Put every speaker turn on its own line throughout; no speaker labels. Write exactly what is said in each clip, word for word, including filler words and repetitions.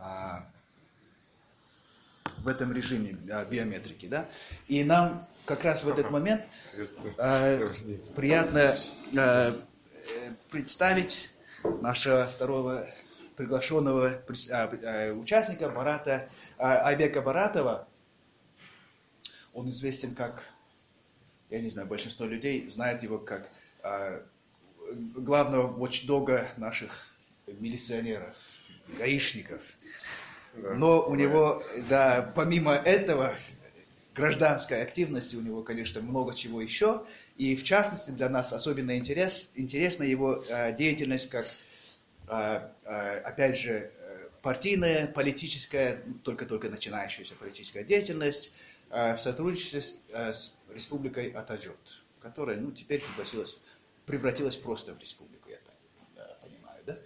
в этом режиме биометрики, да? И нам как раз в этот момент э, приятно э, представить нашего второго приглашенного участника Барата, Айбека Баратова. Он известен как, я не знаю, большинство людей знает его как главного watchdog наших милиционеров, гаишников. Но у него, да, помимо этого, гражданской активности у него, конечно, много чего еще. И в частности для нас особенно интерес, интересна его э, деятельность как, э, э, опять же, партийная, политическая, только-только начинающаяся политическая деятельность э, в сотрудничестве с, э, с республикой Атаджурт, которая, ну, теперь превратилась, превратилась просто в республику, я так да, понимаю, да?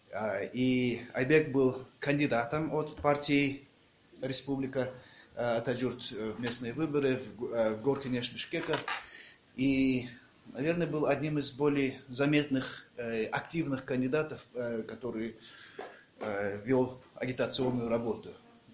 И Айбек был кандидатом от партии Республика Атаджурт в местные выборы в Горкинеш Бишкека. И, наверное, был одним из более заметных, активных кандидатов, который вел агитационную работу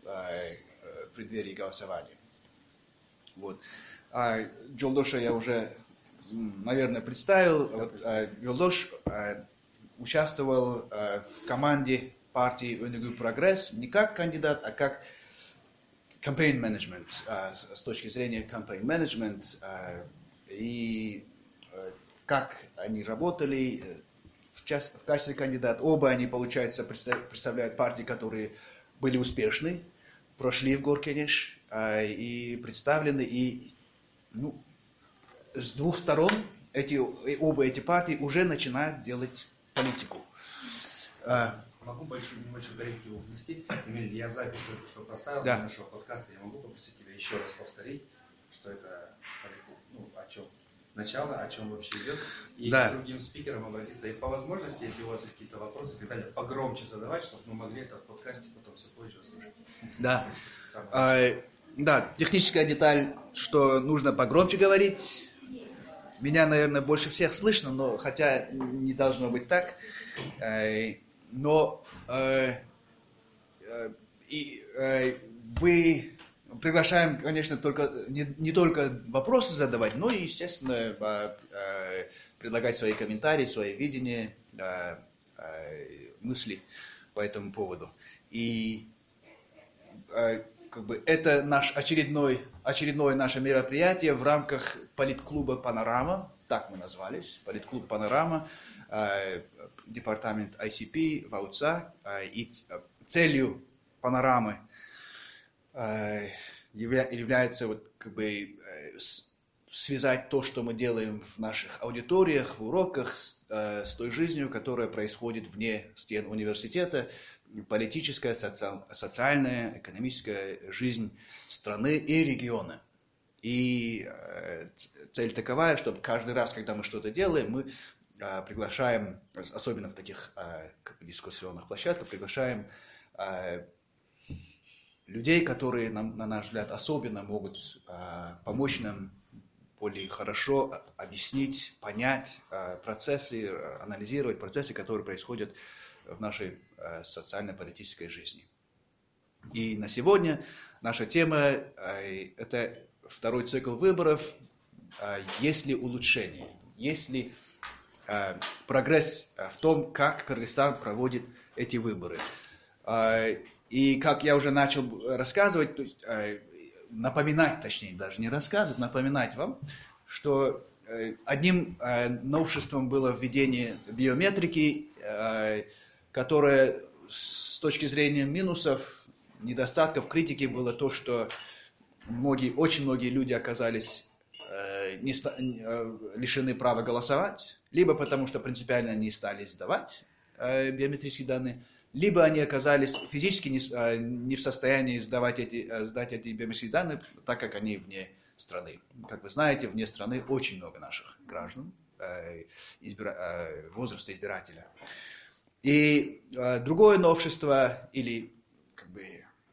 в преддверии голосования. Вот. А Джолдоша я уже, наверное, представил. Джолдош участвовал э, в команде партии Өнүгүү Прогресс не как кандидат, а как кампейн-менеджмент, э, с, с точки зрения кампейн-менеджмент, э, и э, как они работали э, в, част, в качестве кандидата. Оба они, получается, представ, представляют партии, которые были успешны, прошли в Горкинеш э, и представлены, и ну, с двух сторон эти, оба эти партии уже начинают делать политику.
Могу большую, небольшую коррективу внести. Эмиль, я запись только что поставил
да.
для нашего подкаста. Я могу попросить тебя еще раз повторить, что это, ну, о чем начало, о чем вообще идет. И
да.
к другим спикерам обратиться. И по возможности, если у вас есть какие-то вопросы и так далее, погромче задавать, чтобы мы могли это в подкасте потом все позже услышать.
Да. А, да, техническая деталь, что нужно погромче говорить. Меня, наверное, больше всех слышно, но хотя не должно быть так. Э, но э, э, и, э, вы приглашаем, конечно, только, не, не только вопросы задавать, но и, естественно, э, э, предлагать свои комментарии, свои видения, э, э, мысли по этому поводу. И э, как бы это наш очередной, очередное наше мероприятие в рамках политклуба «Панорама», так мы назвались, политклуб «Панорама», э, департамент ай си пи, ВАУЦА, э, и целью «Панорамы» э, явля, является вот, как бы, э, с, связать то, что мы делаем в наших аудиториях, в уроках, с, э, с той жизнью, которая происходит вне стен университета, политическая, соци... социальная, экономическая жизнь страны и региона. И э, цель такова, чтобы каждый раз, когда мы что-то делаем, мы э, приглашаем, особенно в таких э, как бы дискуссионных площадках, приглашаем э, людей, которые, на, на наш взгляд, особенно могут э, помочь нам более хорошо объяснить, понять э, процессы, анализировать процессы, которые происходят в нашей э, социально-политической жизни. И на сегодня наша тема э, – это второй цикл выборов. Э, есть ли улучшение? Есть ли э, прогресс в том, как Кыргызстан проводит эти выборы? Э, и как я уже начал рассказывать, то есть, э, напоминать, точнее, даже не рассказывать, напоминать вам, что э, одним э, новшеством было введение биометрики, э, которое с точки зрения минусов, недостатков, критики было то, что многие, очень многие люди оказались э, не ста, э, лишены права голосовать, либо потому что принципиально не стали сдавать э, биометрические данные, либо они оказались физически не, э, не в состоянии сдавать эти, э, сдать эти биометрические данные, так как они вне страны. Как вы знаете, вне страны очень много наших граждан э, избира, э, возраста избирателя. И э, другое новшество, или как бы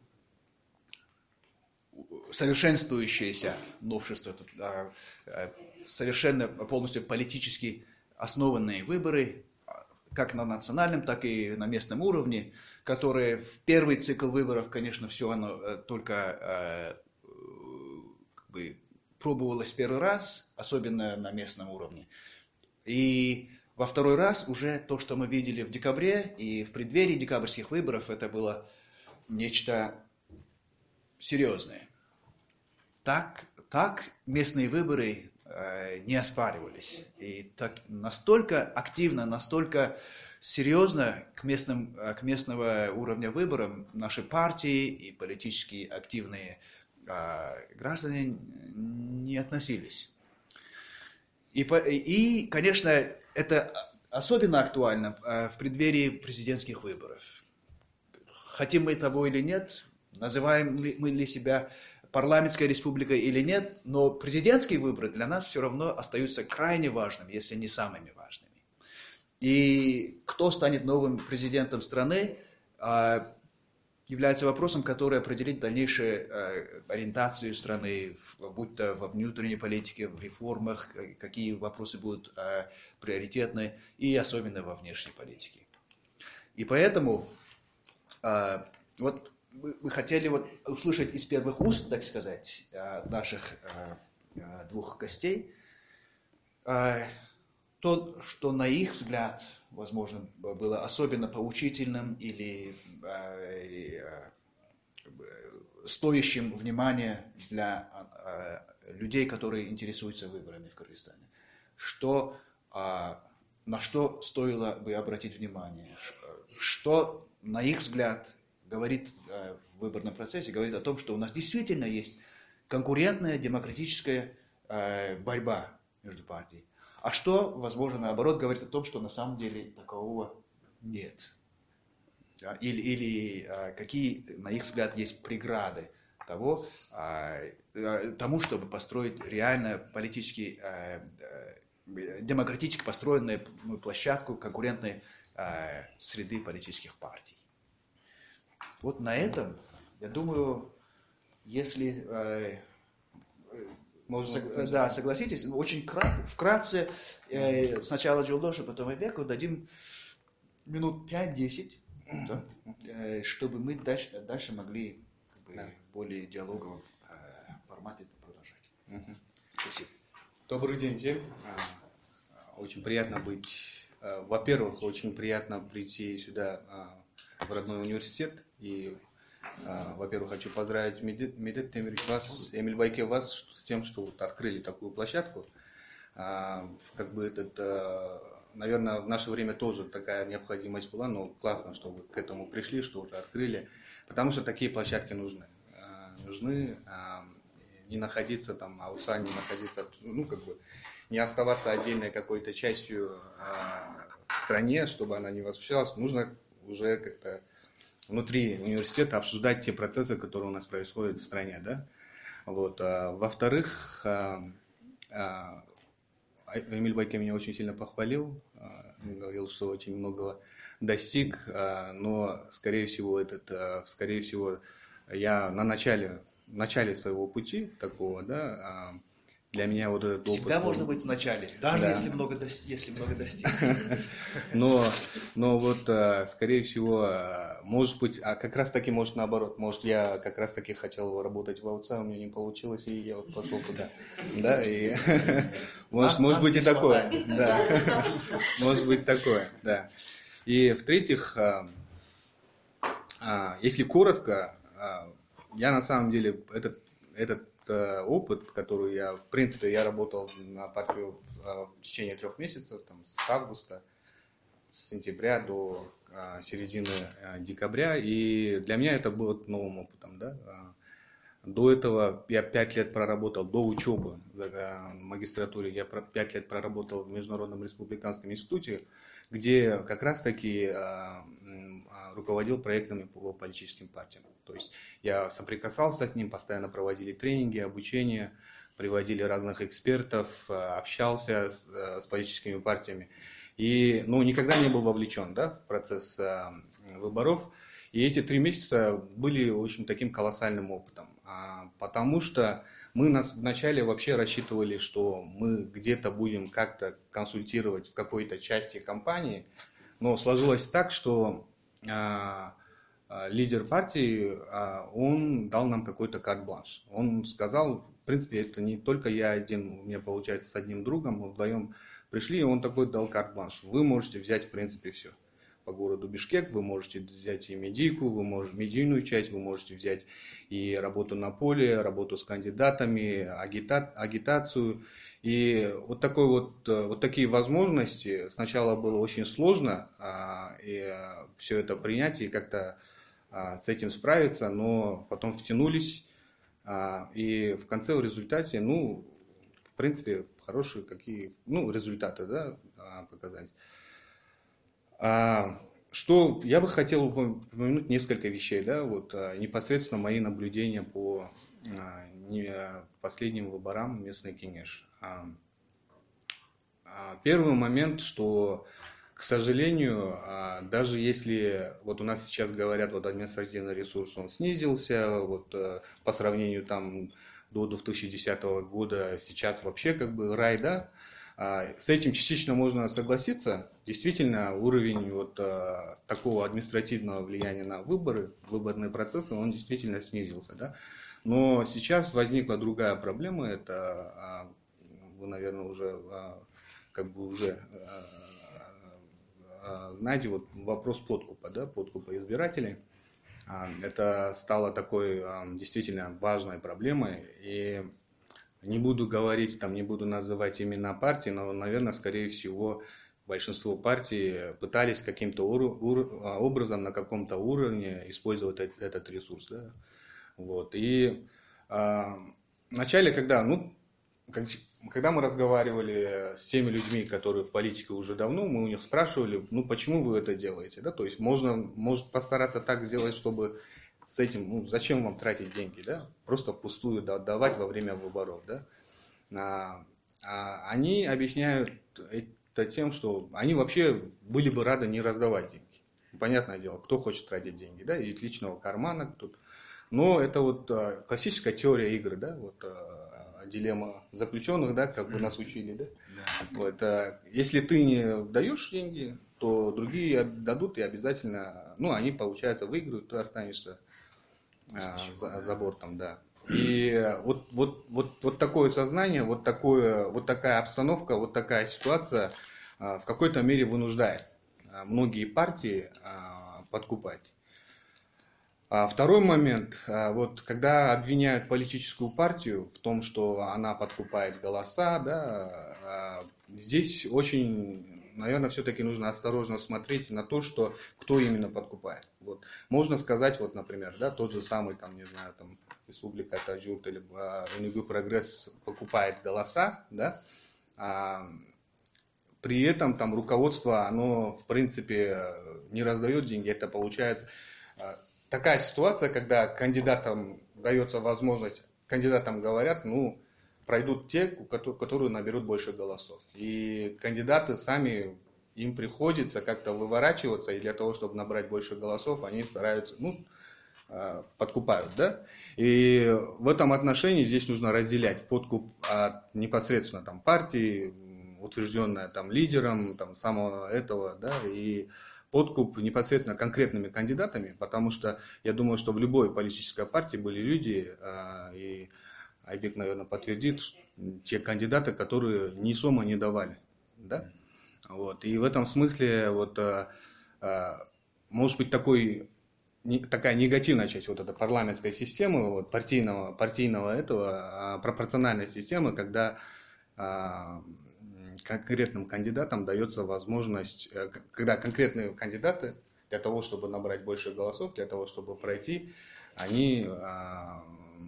совершенствующееся новшество, э, э, совершенно полностью политически основанные выборы, как на национальном, так и на местном уровне, которые в первый цикл выборов, конечно, все оно только как бы пробовалось первый раз, особенно на местном уровне. И во второй раз уже то, что мы видели в декабре и в преддверии декабрьских выборов, это было нечто серьезное. Так, так местные выборы э, не оспаривались. И так, настолько активно, настолько серьезно к, местным, к местного уровня выборам наши партии и политически активные э, граждане не относились. И, и, конечно, это особенно актуально э, в преддверии президентских выборов. Хотим мы того или нет, называем ли мы ли себя парламентской республикой или нет, но президентские выборы для нас все равно остаются крайне важными, если не самыми важными. И кто станет новым президентом страны, является вопросом, который определит дальнейшую ориентацию страны, будь то во внутренней политике, в реформах, какие вопросы будут приоритетны, и особенно во внешней политике. И поэтому вот мы хотели вот услышать из первых уст, так сказать, наших двух гостей, то, что на их взгляд, возможно, было особенно поучительным или стоящим внимания для людей, которые интересуются выборами в Кыргызстане. Что, на что стоило бы обратить внимание, что, на их взгляд, говорит в выборном процессе, говорит о том, что у нас действительно есть конкурентная демократическая борьба между партиями. А что, возможно, наоборот, говорит о том, что на самом деле такового нет. Или, или какие, на их взгляд, есть преграды того, тому, чтобы построить реально политически, демократически построенную площадку конкурентной среды политических партий. Вот на этом, я думаю, если... Можно, Сог, да, согласитесь, очень крат, вкратце, э, сначала Джолдошу, потом Айбеку дадим минут пять-десять, да, э, чтобы мы дальше, дальше могли как бы, да. в более диалоговом э, формате продолжать.
Угу. Спасибо. Добрый день всем. Очень приятно быть, во-первых, очень приятно прийти сюда в родной университет и... Во-первых, хочу поздравить Медет Темирович вас, Эмиль Байке вас с тем, что вот открыли такую площадку. Как бы этот, наверное, в наше время тоже такая необходимость была, но классно, что вы к этому пришли, что уже открыли, потому что такие площадки нужны. Нужны не находиться там, ауса, не находиться, ну как бы не оставаться отдельной какой-то частью в стране, чтобы она не восхищалась. Нужно уже как-то внутри университета обсуждать те процессы, которые у нас происходят в стране, да. Вот. А, во-вторых, а, а, Эмиль Байке меня очень сильно похвалил, а, говорил, что очень многого достиг, а, но, скорее всего, этот, а, скорее всего, я на начале, в начале своего пути такого, да. А, для меня вот этот опыт...
Всегда можно быть в начале, даже да. если много, если много достиг.
Но, но вот, скорее всего, может быть, а как раз таки, может наоборот, может я как раз таки хотел работать в АУЦА, у меня не получилось, и я вот пошел туда. Да, и может, может быть и такое. Да. Может быть такое, да. И в-третьих, если коротко, я на самом деле этот, этот опыт, который я, в принципе, я работал на партию в течение трех месяцев, там, с августа, с сентября до а, середины а, декабря, и для меня это было новым опытом, да. До этого я пять лет проработал, до учебы в магистратуре, я пять лет проработал в Международном республиканском институте, где как раз-таки а, руководил проектами по политическим партиям. То есть я соприкасался с ним, постоянно проводили тренинги, обучение, приводили разных экспертов, общался с, с политическими партиями. И ну, никогда не был вовлечен, да, в процесс а, выборов. И эти три месяца были очень таким колоссальным опытом. А, потому что мы нас вначале вообще рассчитывали, что мы где-то будем как-то консультировать в какой-то части компании но сложилось так, что лидер партии, он дал нам какой-то карт-бланш. Он сказал, в принципе, это не только я один, у меня получается с одним другом, мы вдвоем пришли, и он такой дал карт-бланш. Вы можете взять, в принципе, все. По городу Бишкек вы можете взять и медийку, вы можете медийную часть, вы можете взять и работу на поле, работу с кандидатами, агита, агитацию. И вот, такой вот, вот такие возможности. Сначала было очень сложно а, и, а, все это принять и как-то а, с этим справиться, но потом втянулись. А, и в конце в результате, ну, в принципе, хорошие какие, ну, результаты, да, показать. А, что я бы хотел упомянуть несколько вещей, да, вот а, непосредственно мои наблюдения по а, не, последним выборам местной Кенеш. А, а, первый момент, что, к сожалению, а, даже если вот у нас сейчас говорят, вот административный ресурс он снизился, вот а, по сравнению там до две тысячи десятого года сейчас вообще как бы рай, да. С этим частично можно согласиться. Действительно, уровень вот а, такого административного влияния на выборы, выборные процессы, он действительно снизился. Да? Но сейчас возникла другая проблема. Это, а, вы, наверное, уже, а, как бы уже а, а, знаете, вот вопрос подкупа, да? Подкупа избирателей. А, это стало такой а, действительно важной проблемой. И не буду говорить, там, не буду называть имена партий, но, наверное, скорее всего, большинство партий пытались каким-то образом на каком-то уровне использовать этот ресурс. Да? Вот. И а, вначале, когда, ну, как, когда мы разговаривали с теми людьми, которые в политике уже давно, мы у них спрашивали, ну, почему вы это делаете? Да? То есть можно, может постараться так сделать, чтобы... С этим, ну, зачем вам тратить деньги, да? Просто впустую отдавать во время выборов, да? А, а они объясняют это тем, что они вообще были бы рады не раздавать деньги. Понятное дело, кто хочет тратить деньги, да? Из личного кармана кто-то. Но это вот а, классическая теория игры, да? Вот а, дилемма заключенных, да? Как бы нас учили, да? Да. Вот, а, если ты не даешь деньги, то другие дадут и обязательно, ну, они, получается, выиграют, ты останешься За, за бортом, да. И вот, вот, вот, вот такое сознание, вот, такое, вот такая обстановка, вот такая ситуация в какой-то мере вынуждает многие партии подкупать. Второй момент, вот когда обвиняют политическую партию в том, что она подкупает голоса, да, здесь очень... Наверное, все-таки нужно осторожно смотреть на то, что кто именно подкупает. Вот. Можно сказать, вот, например, да, тот же самый, там, не знаю, там, Республика Таджурт или Унигу Прогресс покупает голоса, да, а, при этом там руководство, оно, в принципе, не раздает деньги. Это получается а, такая ситуация, когда кандидатам дается возможность, кандидатам говорят, ну, пройдут те, которые наберут больше голосов. И кандидаты сами, им приходится как-то выворачиваться, и для того, чтобы набрать больше голосов, они стараются, ну, подкупают, да? И в этом отношении здесь нужно разделять подкуп от непосредственно там партии, утвержденная там лидером, там самого этого, да, и подкуп непосредственно конкретными кандидатами, потому что я думаю, что в любой политической партии были люди, и Айбек, наверное, подтвердит, те кандидаты, которые ни сома не давали. Да? Вот. И в этом смысле вот, а, а, может быть такой, не, такая негативная часть вот этой парламентской системы, вот, партийного, партийного этого, а, пропорциональной системы, когда а, конкретным кандидатам дается возможность, когда конкретные кандидаты для того, чтобы набрать больше голосов, для того, чтобы пройти, они... А,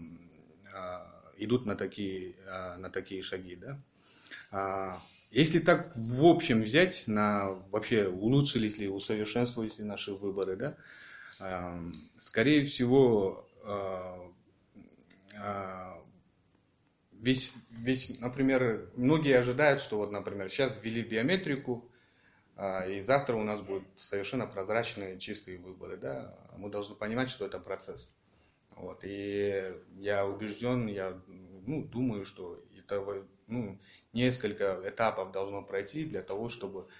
а, идут на такие, на такие шаги. Да? Если так в общем взять, на вообще улучшились ли, усовершенствовались ли наши выборы, да? Скорее всего, весь, весь, например, многие ожидают, что вот, например, сейчас ввели биометрику, и завтра у нас будут совершенно прозрачные, чистые выборы. Да? Мы должны понимать, что это процесс. Вот. И я убежден, я ну, думаю, что это ну, несколько этапов должно пройти для того, чтобы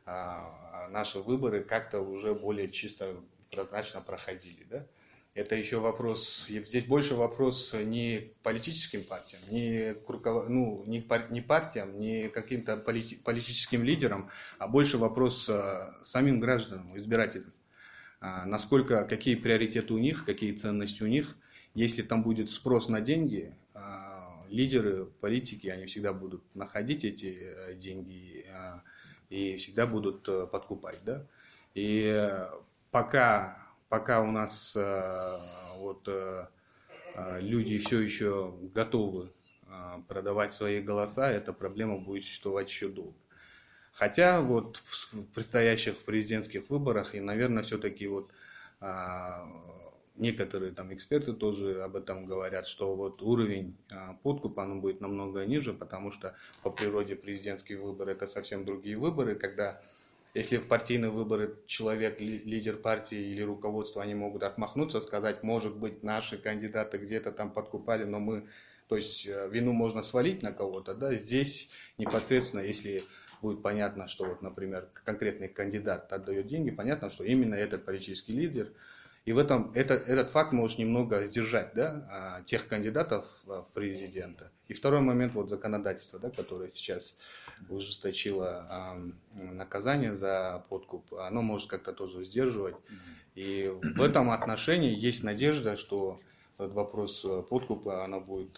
наши выборы как-то уже более чисто, прозрачно проходили, да. Это еще вопрос, здесь больше вопрос не к политическим партиям, не к, руков... ну, не к пар... не партиям, не к каким-то полити... политическим лидерам, а больше вопрос самим гражданам, избирателям. Насколько, какие приоритеты у них, какие ценности у них. Если там будет спрос на деньги, лидеры, политики, они всегда будут находить эти деньги и всегда будут подкупать, да. И пока... Пока у нас э, вот, э, люди все еще готовы э, продавать свои голоса, эта проблема будет существовать еще долго. Хотя вот в предстоящих президентских выборах, и, наверное, все-таки вот э, некоторые там эксперты тоже об этом говорят, что вот уровень э, подкупа он будет намного ниже, потому что по природе президентские выборы это совсем другие выборы, когда... Если в партийные выборы человек, лидер партии или руководство, они могут отмахнуться, сказать, может быть, наши кандидаты где-то там подкупали, но мы, то есть вину можно свалить на кого-то, да, здесь непосредственно, если будет понятно, что вот, например, конкретный кандидат отдает деньги, понятно, что именно этот политический лидер, и в этом, это, этот факт может немного сдержать, да, тех кандидатов в президента. И второй момент, вот законодательство, да, которое сейчас ужесточило наказание за подкуп, оно может как-то тоже сдерживать. И в этом отношении есть надежда, что этот вопрос подкупа, оно будет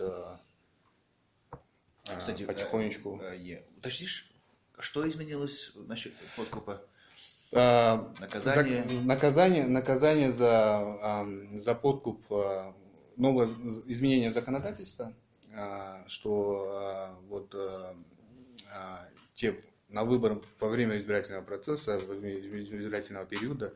Кстати, потихонечку...
Уточнишь, что изменилось насчет подкупа?
Наказание. За, наказание, наказание за, за подкуп, новое изменение законодательства, что вот те на выборах во время избирательного процесса, во время избирательного периода,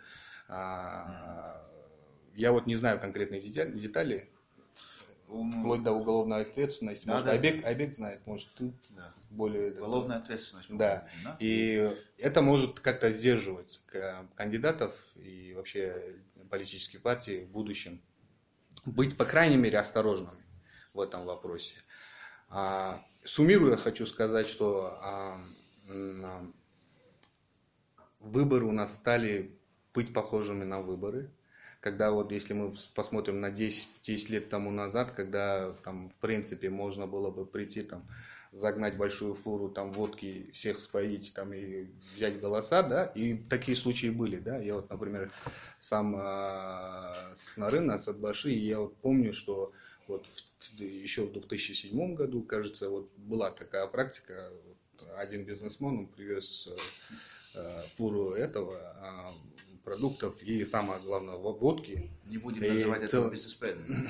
я вот не знаю конкретные детали, вплоть до уголовной ответственности.
Да,
может,
да.
Айбек, Айбек знает, может, ты
да.
более...
Уголовная ответственность.
Да.
да.
И это может как-то сдерживать кандидатов и вообще политические партии в будущем. Быть, по крайней мере, осторожными в этом вопросе. А, суммируя, хочу сказать, что а, а, выборы у нас стали быть похожими на выборы. Когда вот, если мы посмотрим на десять лет тому назад, когда там, в принципе, можно было бы прийти, там, загнать большую фуру там, водки, всех споить там, и взять голоса, да, и такие случаи были, да. Я вот, например, сам э, с Нарына, с Атбаши, и я вот помню, что вот в, еще в две тысячи седьмом году, кажется, вот была такая практика, вот, один бизнесмен, он привез э, фуру этого, э, продуктов и, самое главное, водки.
Не будем и называть цел... это бизнесменом.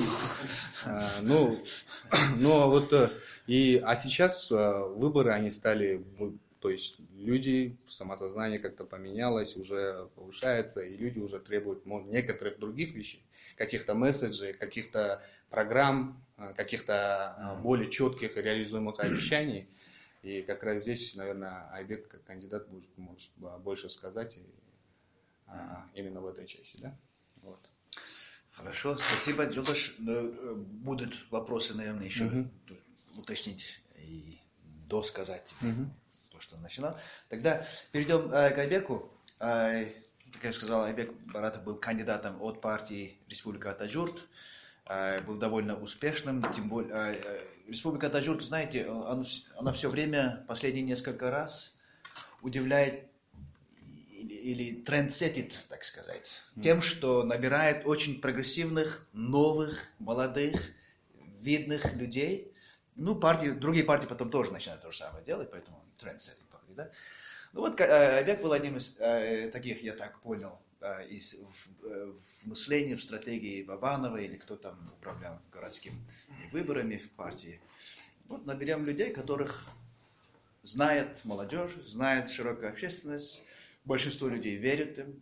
Ну, ну, вот, и, а сейчас выборы, они стали, то есть люди, самосознание как-то поменялось, уже повышается, и люди уже требуют некоторых других вещей, каких-то месседжей, каких-то программ, каких-то более четких и реализуемых обещаний. И как раз здесь, наверное, Айбек как кандидат может, может больше сказать и именно в этой части, да? Вот.
Хорошо, спасибо, Джолдаш. Будут вопросы, наверное, еще uh-huh. уточнить и досказать тебе uh-huh. то, что начинал. Тогда перейдем э, к Айбеку. Э, как я сказал, Айбек Баратов был кандидатом от партии Республика Атажурт. Э, был довольно успешным, тем более... Э, Республика Атажурт, знаете, она, она все время, последние несколько раз удивляет или трендсетит, так сказать, mm. тем, что набирает очень прогрессивных, новых, молодых, видных людей. Ну, партии, другие партии потом тоже начинают то же самое делать, поэтому трендсетит. Да? Ну вот Айбек был одним из э, таких, я так понял, э, из, в, в мышлении, в стратегии Бабанова, или кто там управлял городскими выборами в партии. Вот наберем людей, которых знает молодежь, знает широкая общественность. Большинство людей верят им,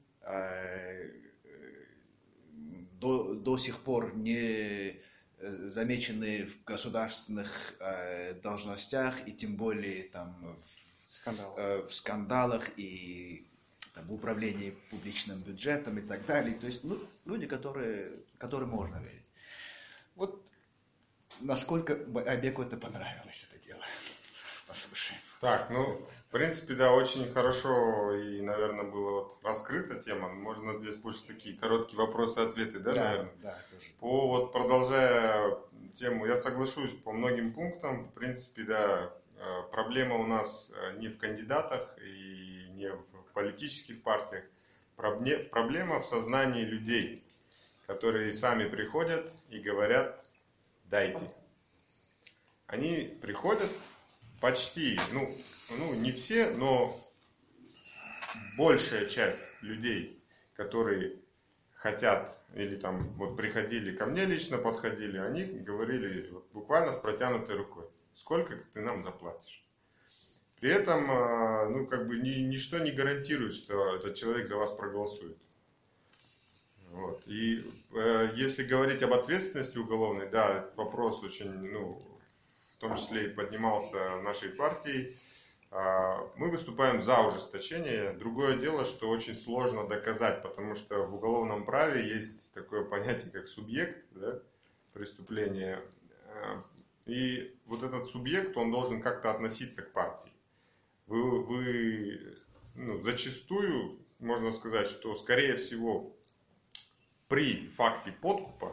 до, до сих пор не замечены в государственных должностях и тем более там, в,
скандалах.
в скандалах и там, в управлении публичным бюджетом и так далее. То есть ну, люди, которые, которым можно верить. Вот насколько Айбеку это понравилось, это дело. послушаем.
Так, ну, в принципе, да, очень хорошо и, наверное, была вот раскрыта тема. Можно здесь больше такие короткие вопросы-ответы, да,
Да,
наверное?
да, тоже.
По, вот, продолжая тему, я соглашусь по многим пунктам. В принципе, да, проблема у нас не в кандидатах и не в политических партиях. Проблема в сознании людей, которые сами приходят и говорят «дайте». Они приходят почти, ну, ну не все, но большая часть людей, которые хотят или там вот приходили ко мне лично, подходили, они говорили вот, буквально с протянутой рукой: сколько ты нам заплатишь? При этом, ну, как бы ни, ничто не гарантирует, что этот человек за вас проголосует. Вот. И э, если говорить об ответственности уголовной, да, этот вопрос очень, ну, в том числе и поднимался нашей партией. Мы выступаем за ужесточение. Другое дело, что очень сложно доказать, потому что в уголовном праве есть такое понятие, как субъект, да, преступления. И вот этот субъект, он должен как-то относиться к партии. Вы, вы ну, зачастую, можно сказать, что, скорее всего, при факте подкупа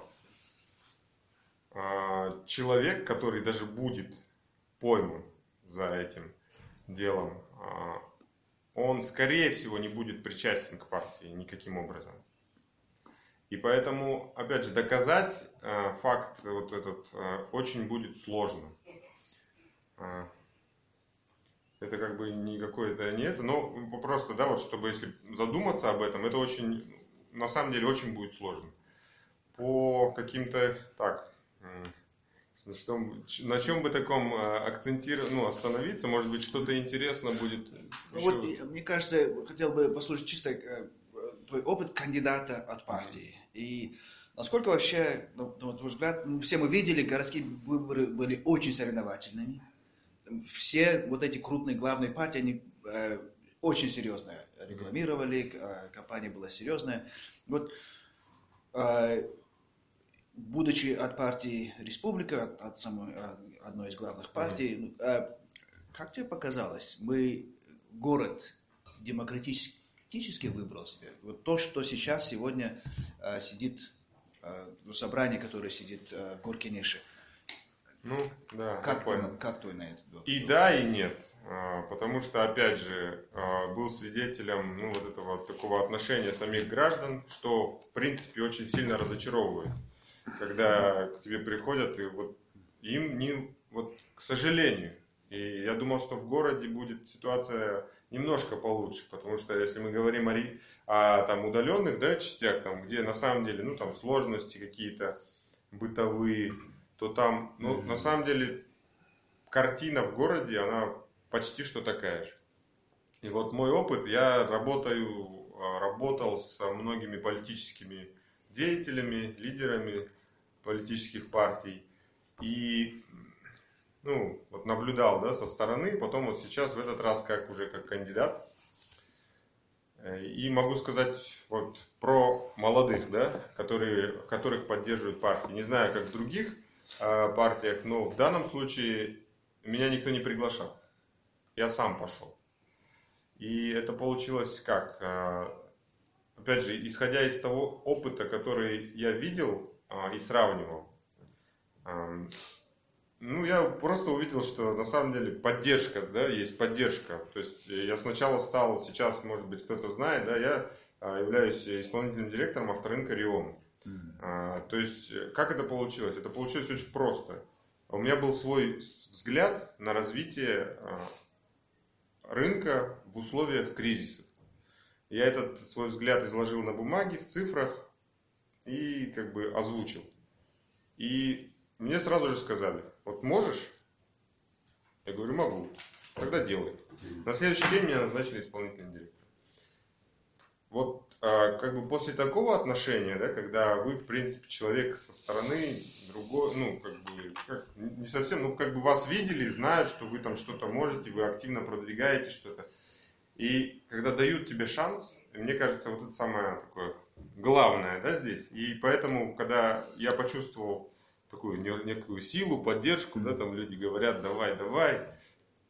человек, который даже будет пойман за этим делом, он, скорее всего, не будет причастен к партии никаким образом. И поэтому, опять же, доказать факт вот этот очень будет сложно. Это как бы не какое-то не это, но просто, да, вот чтобы если задуматься об этом, это очень, на самом деле, очень будет сложно. По каким-то, так, что, на чем бы таком акцентировать, ну, остановиться, может быть, что-то интересно будет.
Ну, вот, мне кажется, хотел бы послушать чисто э, твой опыт кандидата от партии. Mm-hmm. И насколько вообще, ну, на твой взгляд, все мы видели, городские выборы были очень соревновательными. Все вот эти крупные главные партии, они э, очень серьезно рекламировали, э, кампания была серьезная. Вот, э, будучи от партии Республика, от, от самой, одной из главных партий, mm-hmm. как тебе показалось, мы город демократически выбрал себе? Вот то, что сейчас сегодня сидит в собрании, которое сидит в Гор-Кенеше.
Ну, да,
как, ты, как ты на это?
И да, и нет. Потому что, опять же, был свидетелем ну, вот этого такого отношения самих граждан, что, в принципе, очень сильно разочаровывает. Когда к тебе приходят, и вот им не, вот, к сожалению, и я думал, что в городе будет ситуация немножко получше, потому что если мы говорим о, о там, удаленных, да, частях, там, где на самом деле, ну, там, сложности какие-то бытовые, то там, ну, mm-hmm. на самом деле, картина в городе, она почти что такая же. И вот мой опыт, я работаю, работал с многими политическими деятелями, лидерами политических партий и ну, вот наблюдал да, со стороны, потом вот сейчас в этот раз как уже как кандидат. И могу сказать вот про молодых, да, которые, которых поддерживают партии. Не знаю, как в других э, партиях, но в данном случае меня никто не приглашал. Я сам пошел. И это получилось как? Э, опять же, исходя из того опыта, который я видел э, и сравнивал, э, ну, я просто увидел, что на самом деле поддержка, да, есть поддержка. То есть я сначала стал, сейчас, может быть, кто-то знает, да, я являюсь исполнительным директором авторынка Риом. Mm-hmm. А, то есть, как это получилось? Это получилось очень просто. У меня был свой взгляд на развитие рынка в условиях кризиса. Я этот свой взгляд изложил на бумаге, в цифрах и как бы озвучил. И мне сразу же сказали, вот можешь? Я говорю, могу. Тогда делай. На следующий день меня назначили исполнительным директором. Вот как бы после такого отношения, да, когда вы, в принципе, человек со стороны, другой, ну, как бы, как, не совсем, ну, как бы вас видели, знают, что вы там что-то можете, вы активно продвигаете что-то. И когда дают тебе шанс, мне кажется, вот это самое такое главное, да, здесь. И поэтому, когда я почувствовал такую некую силу, поддержку, да, там люди говорят, давай, давай.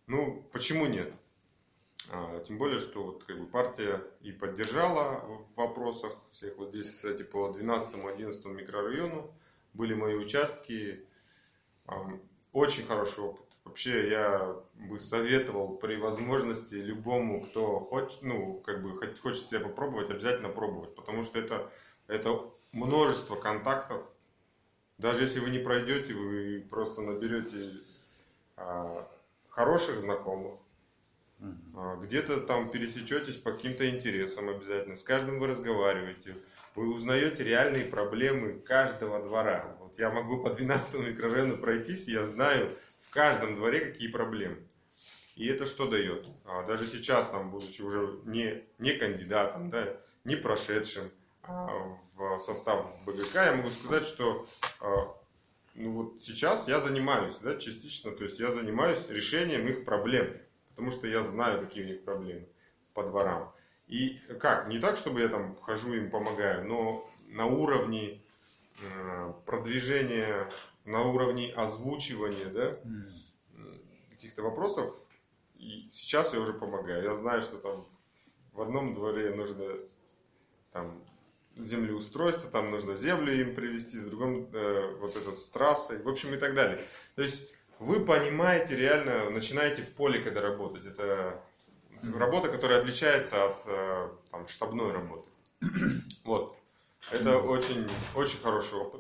Ну, почему нет? А, тем более, что вот, как бы, партия и поддержала в вопросах всех. Вот здесь, кстати, по двенадцатому-одиннадцатому микрорайону были мои участки. А, очень хороший опыт. Вообще, я бы советовал при возможности любому, кто хочет, ну, как бы, хочет себя попробовать, обязательно пробовать. Потому что это, это множество контактов. Даже если вы не пройдете, вы просто наберете а, хороших знакомых. Uh-huh. Где-то там пересечетесь по каким-то интересам обязательно. С каждым вы разговариваете. Вы узнаете реальные проблемы каждого двора. Вот я могу по двенадцатому микрорайону пройтись, и я знаю в каждом дворе какие проблемы. И это что дает? Даже сейчас, там, будучи уже не, не кандидатом, да, не прошедшим а в состав БГК, я могу сказать, что ну, вот сейчас я занимаюсь, да, частично, то есть я занимаюсь решением их проблем. Потому что я знаю, какие у них проблемы по дворам. И как? Не так, чтобы я там хожу им помогаю, но на уровне э, продвижения, на уровне озвучивания, да, каких-то вопросов. И сейчас я уже помогаю. Я знаю, что там в одном дворе нужно там землеустройство, там нужно землю им привезти, в другом э, вот это с трассой, в общем, и так далее. То есть вы понимаете, реально начинаете в поле, когда работать. Это работа, которая отличается от там, штабной работы. Вот. Это очень, очень хороший опыт.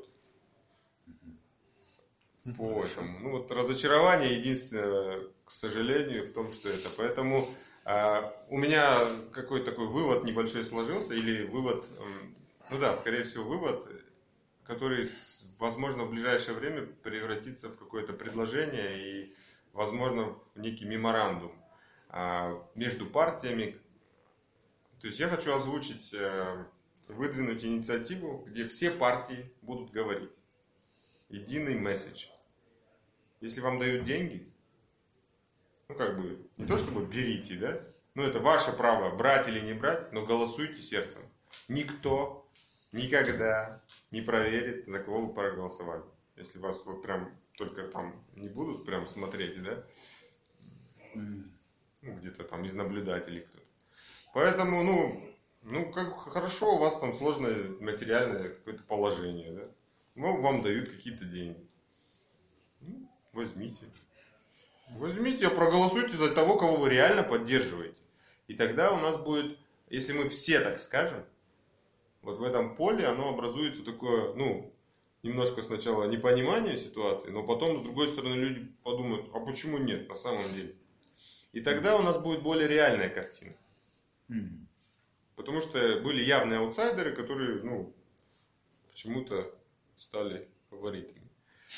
По этому. Ну вот разочарование единственное, к сожалению, в том, что это. Поэтому э, у меня какой-то такой вывод небольшой сложился, или вывод, э, ну да, скорее всего, вывод, который, возможно, в ближайшее время превратится в какое-то предложение и, возможно, в некий меморандум между партиями. То есть я хочу озвучить, выдвинуть инициативу, где все партии будут говорить. Единый месседж. Если вам дают деньги, ну как бы, не то чтобы берите, да, но это ваше право брать или не брать, но голосуйте сердцем. Никто никогда не проверит, за кого вы проголосовали. Если вас вот прям только там не будут прям смотреть, да? Ну, где-то там из наблюдателей кто-то. Поэтому, ну, ну как хорошо, у вас там сложное материальное какое-то положение, да? Ну, вам дают какие-то деньги. Ну, возьмите. Возьмите, проголосуйте за того, кого вы реально поддерживаете. И тогда у нас будет, если мы все так скажем, вот в этом поле оно образуется такое, ну, немножко сначала непонимание ситуации, но потом, с другой стороны, люди подумают, а почему нет на самом деле? И тогда у нас будет более реальная картина. Mm-hmm. Потому что были явные аутсайдеры, которые, ну, почему-то стали фаворитами.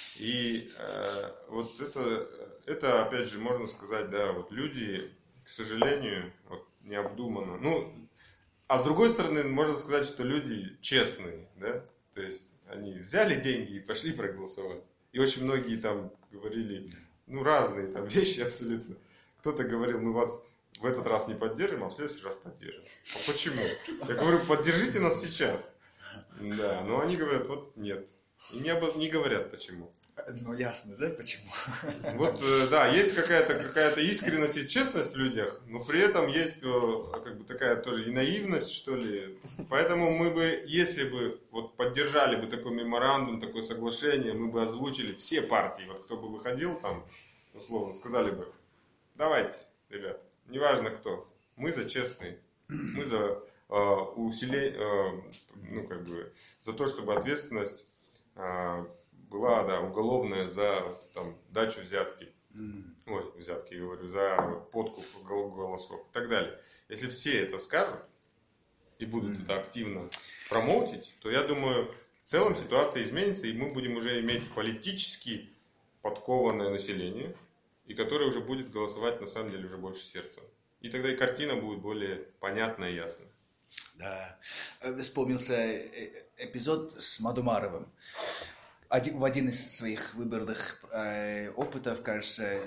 И э, вот это, это, опять же, можно сказать, да, вот люди, к сожалению, вот, необдуманно, ну, а с другой стороны, можно сказать, что люди честные, да, то есть они взяли деньги и пошли проголосовать. И очень многие там говорили, ну, разные там вещи абсолютно. Кто-то говорил, мы вас в этот раз не поддержим, а в следующий раз поддержим. А почему? Я говорю, поддержите нас сейчас. Да, но они говорят, вот нет. И не, обоз... не говорят почему.
Ну, ясно, да, почему?
Вот, да, есть какая-то какая-то искренность и честность в людях, но при этом есть как бы такая тоже и наивность, что ли. Поэтому мы бы, если бы вот поддержали бы такой меморандум, такое соглашение, мы бы озвучили все партии, вот кто бы выходил там, условно, сказали бы, давайте, ребят, неважно кто, мы за честные, мы за э, усиление, э, ну как бы, за то, чтобы ответственность э, была, да, уголовная за там, дачу взятки. Mm. Ой, взятки, говорю, за вот, подкуп голосов и так далее. Если все это скажут и будут mm. это активно промоутить, то я думаю, в целом ситуация изменится, и мы будем уже иметь политически подкованное население, и которое уже будет голосовать на самом деле уже больше сердцем. И тогда и картина будет более понятна и ясна.
Да. Вспомнился эпизод с Мадумаровым. Один, в один из своих выборных э, опытов, кажется,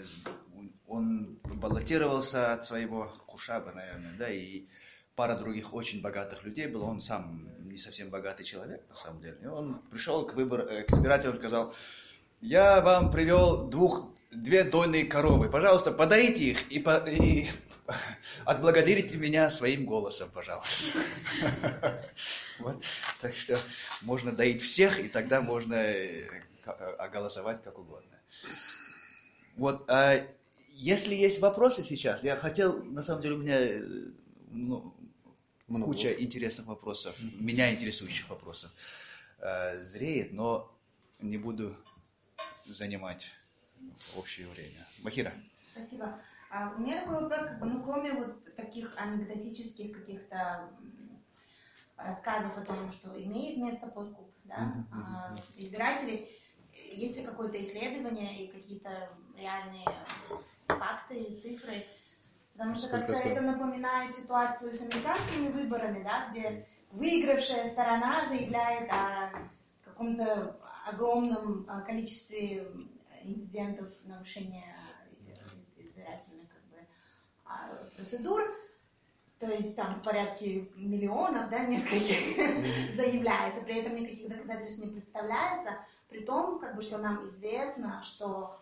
он баллотировался от своего Кушаба, наверное, да, и пара других очень богатых людей было. Он сам не совсем богатый человек, на самом деле. И он пришел к, выбор, к избирателям и сказал, я вам привел двух две дойные коровы. Пожалуйста, подоите их и, по, и отблагодарите меня своим голосом, пожалуйста. Вот. Так что можно доить всех, и тогда можно оголосовать как угодно. Вот. А если есть вопросы сейчас, я хотел, на самом деле, у меня ну, куча интересных вопросов, mm-hmm. меня интересующих вопросов э, зреет, но не буду занимать общее время. Бахира.
Спасибо. А, у меня такой вопрос, как бы, ну, кроме вот таких анекдотических каких-то рассказов о том, что имеет место подкуп, да, mm-hmm. а, избирателей, есть ли какое-то исследование и какие-то реальные факты, цифры? Потому что как-то это напоминает ситуацию с американскими выборами, да, где выигравшая сторона заявляет о каком-то огромном количестве инцидентов нарушения избирательных как бы, процедур, то есть там в порядке миллионов, да, нескольких заявляется, при этом никаких доказательств не представляется, при том, как бы, что нам известно, что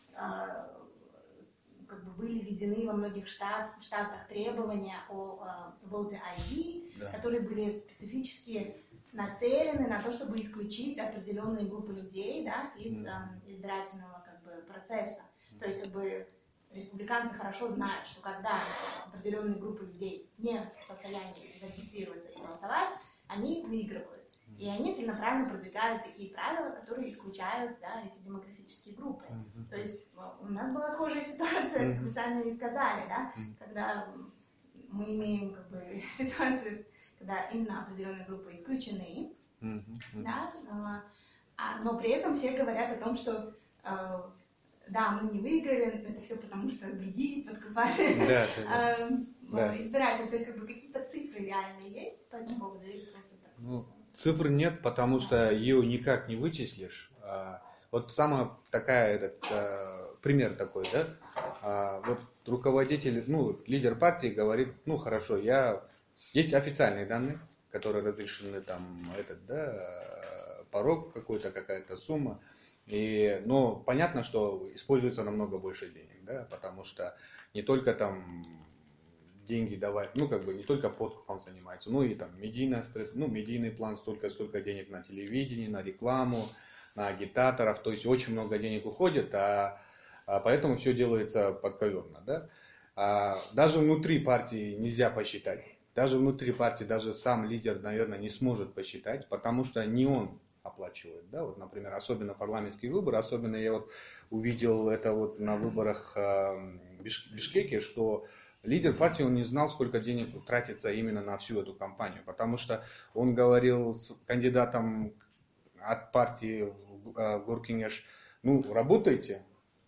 как бы были введены во многих штат, штатах требования о uh, voter ай ди, да. которые были специфически нацелены на то, чтобы исключить определенные группы людей, да, из uh, избирательного как бы, процесса. То есть как бы республиканцы хорошо знают, что когда определенные группы людей не в состоянии зарегистрироваться и голосовать, они выигрывают. И они целенаправленно продвигают такие правила, которые исключают, да, эти демографические группы. Mm-hmm. То есть у нас была схожая ситуация, mm-hmm. как вы сами и сказали, да, mm-hmm. когда мы имеем как бы, ситуацию, когда именно определенные группы исключены, mm-hmm. да, но, а, но при этом все говорят о том, что э, да, мы не выиграли, это все потому, что другие подкупали
да, да,
э, да. избирателей. То есть как бы какие-то цифры реальные есть по этому поводу или просто так?
Ну, цифр нет, потому что ее никак не вычислишь. Вот самая такая, этот, пример такой, да, вот руководитель, ну, лидер партии говорит, ну, хорошо, я, есть официальные данные, которые разрешены, там, этот, да, порог какой-то, какая-то сумма, и, но понятно, что используется намного больше денег, да, потому что не только там деньги давать, ну, как бы не только подкупом занимается, ну, и там медийный, ну, медийный план, столько, столько денег на телевидении, на рекламу, на агитаторов, то есть очень много денег уходит, а, а поэтому все делается подковерно, да. А даже внутри партии нельзя посчитать, даже внутри партии, даже сам лидер, наверное, не сможет посчитать, потому что не он оплачивает, да, вот, например, особенно парламентские выборы, особенно я вот увидел это вот на выборах в Бишкеке, что лидер партии, он не знал, сколько денег тратится именно на всю эту кампанию, потому что он говорил с кандидатом от партии в Горкингеш, ну, работайте,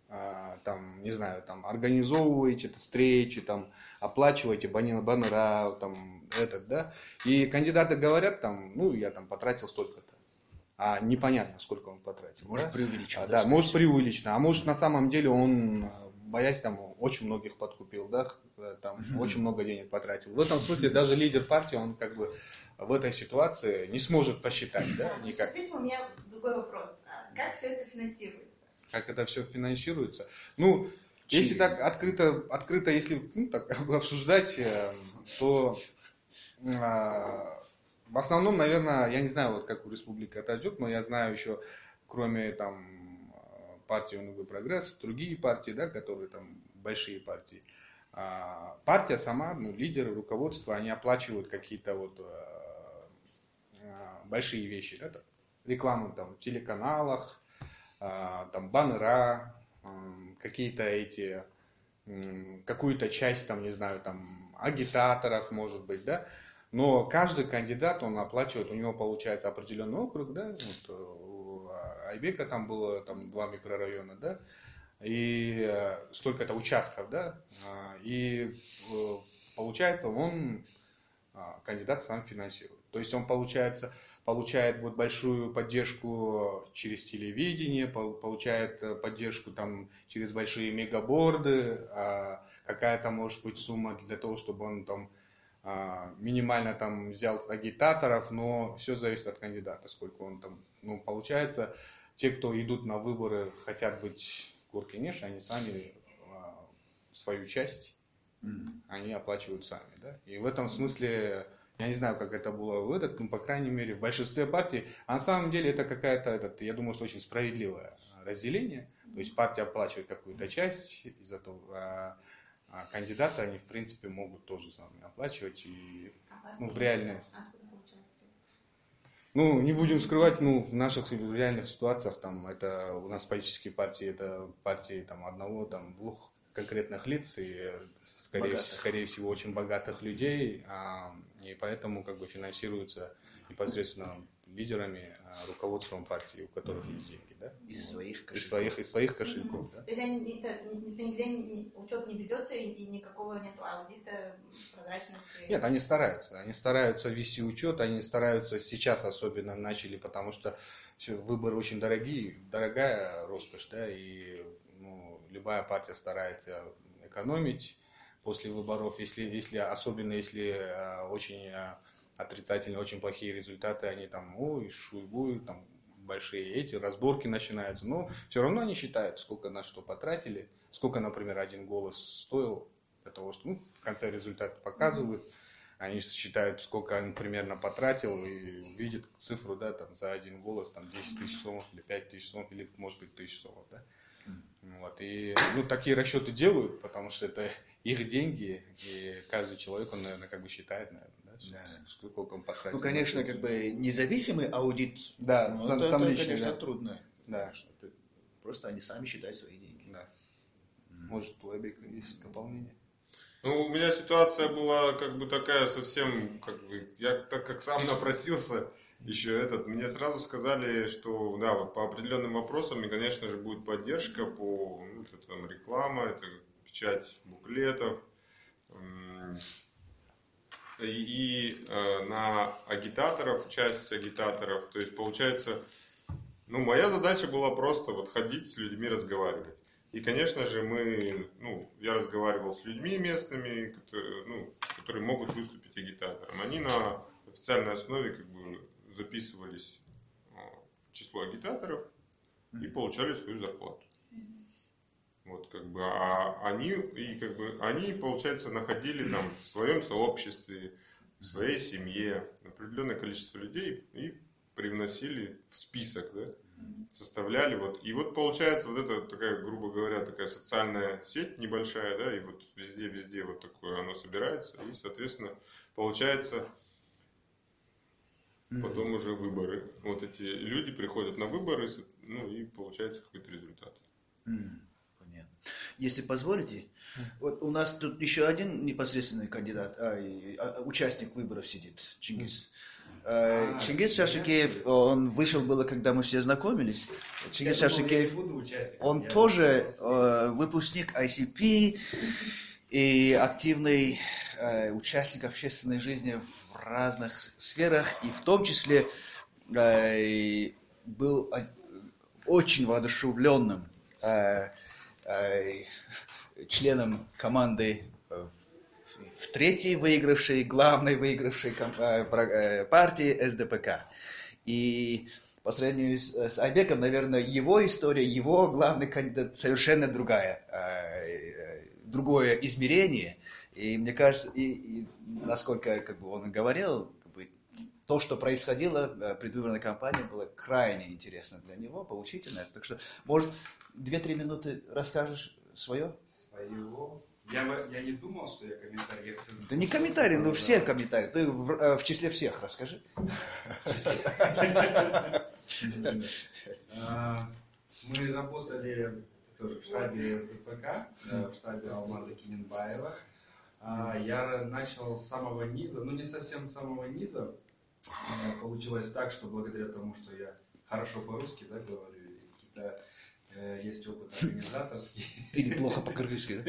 там, не знаю, там, организовывайте встречи, там, оплачивайте баннера, там, этот, да, и кандидаты говорят, там, ну, я там потратил столько-то, а непонятно, сколько он потратил.
Может,
да?
преувеличено.
А, да, может, преувеличено, а может, на самом деле он, боясь, там, очень многих подкупил, да, там, mm-hmm. очень много денег потратил. В этом смысле даже лидер партии, он как бы в этой ситуации не сможет посчитать, да, никак.
С этим у меня другой вопрос. Как все это финансируется?
Как это все финансируется? Ну, Чили. Если так открыто, открыто, если ну, так, обсуждать, то в основном, наверное, я не знаю, вот как у Республики Таджик, но я знаю еще, кроме там партии Новый прогресс, другие партии, да, которые там большие партии. А партия сама, ну, лидеры, руководство, они оплачивают какие-то вот а, а, большие вещи, да, там, рекламу там в телеканалах, а, там баннера, а, какие-то эти, м, какую-то часть там, не знаю, там агитаторов, может быть, да. Но каждый кандидат, он оплачивает, у него получается определенный округ, да, вот, у Айбека там было там два микрорайона, да, и столько-то участков, да, и получается он, кандидат сам финансирует. То есть он, получается, получает вот большую поддержку через телевидение, получает поддержку там через большие мегаборды, какая-то может быть сумма для того, чтобы он там минимально там взял агитаторов, но все зависит от кандидата, сколько он там, ну, получается, те, кто идут на выборы, хотят быть сборки внешне, они сами а, свою часть, mm. они оплачивают сами. Да? И в этом смысле, я не знаю, как это было в этот, ну, по крайней мере, в большинстве партий, а на самом деле это какая-то, этот, я думаю, что очень справедливое разделение. То есть партия оплачивает какую-то часть, из этого а, а кандидаты, они, в принципе, могут тоже сами оплачивать. И, ну, в реальной... Ну, не будем скрывать, ну, в наших реальных ситуациях, там, это у нас политические партии, это партии там, одного, там, двух конкретных лиц, и, скорее, скорее всего, очень богатых людей, а, и поэтому, как бы, финансируются непосредственно лидерами, а, руководством партии, у которых есть деньги, да?
Из своих кошельков.
Из своих, из своих кошельков, mm-hmm. да?
То есть они, это, нигде не, учет не ведется, и никакого нету аудита, прозрачности?
Нет, они стараются. Они стараются вести учет, они стараются сейчас особенно начали, потому что все, выборы очень дорогие, дорогая роскошь, да, и ну, любая партия старается экономить после выборов, если, если, особенно если а, очень а, отрицательные, очень плохие результаты, они там, ой, шуйбуют, там, большие эти разборки начинаются, но все равно они считают, сколько на что потратили, сколько, например, один голос стоил для того, что, ну, в конце результат показывают, они считают, сколько он примерно потратил и видят цифру, да, там, за один голос, там, десять тысяч сомов или пять тысяч сомов, или, может быть, тысяч сомов, да. Вот, и, ну, такие расчеты делают, потому что это их деньги, и каждый человек, он, наверное, как бы считает, наверное, да, да. Сколько он потратил.
Ну, конечно, как бы независимый аудит,
да,
ну,
сам,
это,
сам
это,
личный,
конечно,
да.
трудно.
Да.
Это просто они сами считают свои деньги.
Да. Mm. Может, у Эбика есть дополнение?
Ну, у меня ситуация была как бы такая совсем, как бы, я так как сам напросился, еще этот, мне сразу сказали, что да, вот по определенным вопросам, и, конечно же, будет поддержка по, ну, это там реклама, это печать буклетов, и, и э, на агитаторов, часть агитаторов, то есть получается, ну, моя задача была просто вот ходить с людьми, разговаривать. И, конечно же, мы, ну, я разговаривал с людьми местными, которые, ну, которые могут выступить агитатором. Они на официальной основе как бы записывались в число агитаторов и получали свою зарплату. Вот, как бы, а они, и, как бы, они, получается, находили там в своем сообществе, в своей семье определенное количество людей и привносили в список, да, составляли. Вот. И вот получается вот это такая, грубо говоря, такая социальная сеть небольшая, да, и вот везде-везде вот такое оно собирается, и, соответственно, получается потом уже выборы. Вот эти люди приходят на выборы, ну и получается какой-то результат.
Понятно. Если позволите, вот у нас тут еще один непосредственный кандидат, а, участник выборов сидит, Чингис. А, Чингис Шашикеев, он вышел было, когда мы все знакомились. Чингис Шашикеев, он я тоже э, выпускник ай си пи и активный э, участник общественной жизни в разных сферах, и в том числе э, был очень воодушевленным э, э, членом команды в третьей выигравшей, главной выигравшей партии эс дэ пэ ка. И по сравнению с Айбеком, наверное, его история, его главный кандидат совершенно другая, другое измерение. И мне кажется, и, и насколько как бы, он говорил, как бы, то, что происходило в предвыборной кампании, было крайне интересно для него, поучительно. Так что, может, две-три минуты расскажешь свое?
Своего? Я, я не думал, что я комментарий. Я
да не комментарий, ну все комментарии. Ты в, в числе всех расскажи.
Мы работали тоже в штабе эс дэ пэ ка, в штабе Алмаза Киненбаева. Я начал с самого низа, ну не совсем с самого низа. Получилось так, что благодаря тому, что я хорошо по-русски, да, говорю, какие-то есть опыт организаторский.
Или плохо по-кыргызски,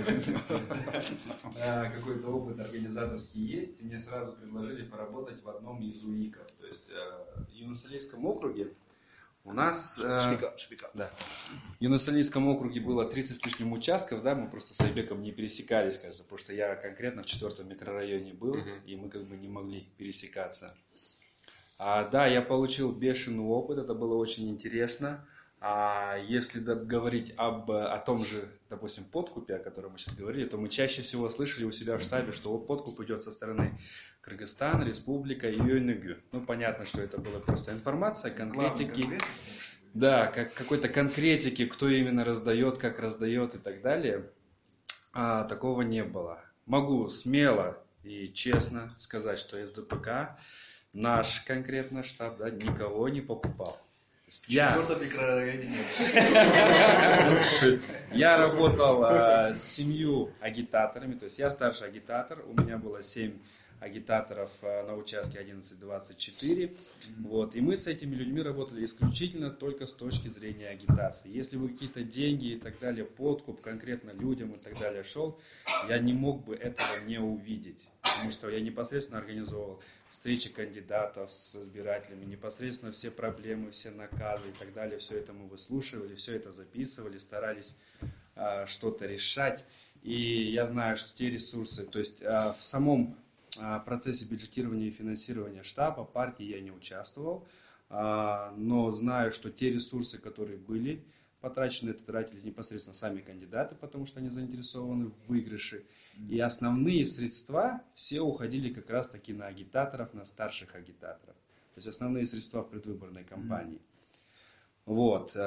да? Какой-то опыт организаторский есть. И мне сразу предложили поработать в одном из УИКов. То есть в Юнус-Салийском округе у нас...
Шпика, шпика.
Да. В Юнус-Салийском округе было тридцать с лишним участков, да, мы просто с Айбеком не пересекались, кажется, потому что я конкретно в четвертом микрорайоне был, uh-huh. и мы как бы не могли пересекаться. А, да, я получил бешеный опыт, это было очень интересно.
А если говорить об, о том же, допустим, подкупе, о котором мы сейчас говорили, то мы чаще всего слышали у себя в штабе, что вот подкуп идет со стороны Кыргызстана, Республика и ЮНГ. Ну, понятно, что это была просто информация, конкретики. Да, как, какой-то конкретики, кто именно раздает, как раздает и так далее. А, такого не было. Могу смело и честно сказать, что СДПК, наш конкретно штаб, да, никого не покупал.
В четвертом микрорайоне нет.
Я работал а, с семью агитаторами, то есть я старший агитатор, у меня было семь агитаторов а, на участке одиннадцать двадцать четыре, вот, и мы с этими людьми работали исключительно только с точки зрения агитации. Если бы какие-то деньги и так далее, подкуп конкретно людям и так далее шел, я не мог бы этого не увидеть, потому что я непосредственно организовывал встречи кандидатов с избирателями, непосредственно все проблемы, все наказы и так далее, все это мы выслушивали, все это записывали, старались а, что-то решать. И я знаю, что те ресурсы, то есть а, в самом а, процессе бюджетирования и финансирования штаба, партии я не участвовал, а, но знаю, что те ресурсы, которые были потрачены, это тратили непосредственно сами кандидаты, потому что они заинтересованы в выигрыше. И основные средства все уходили как раз таки на агитаторов, на старших агитаторов. То есть основные средства в предвыборной кампании. Вот.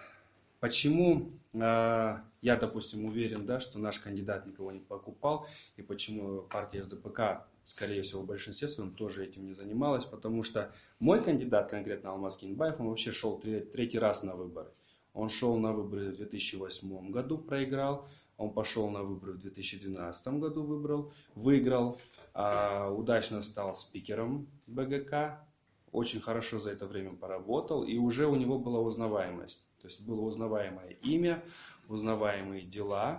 Почему я, допустим, уверен, да, что наш кандидат никого не покупал, и почему партия СДПК, скорее всего, в большинстве своем тоже этим не занималась, потому что мой кандидат, конкретно Алмаз Киненбаев, он вообще шел третий раз на выборы. Он шел на выборы в две тысячи восьмом году, проиграл. Он пошел на выборы в две тысячи двенадцатом году, выбрал, выиграл. А, удачно стал спикером БГК. Очень хорошо за это время поработал. И уже у него была узнаваемость. То есть было узнаваемое имя, узнаваемые дела.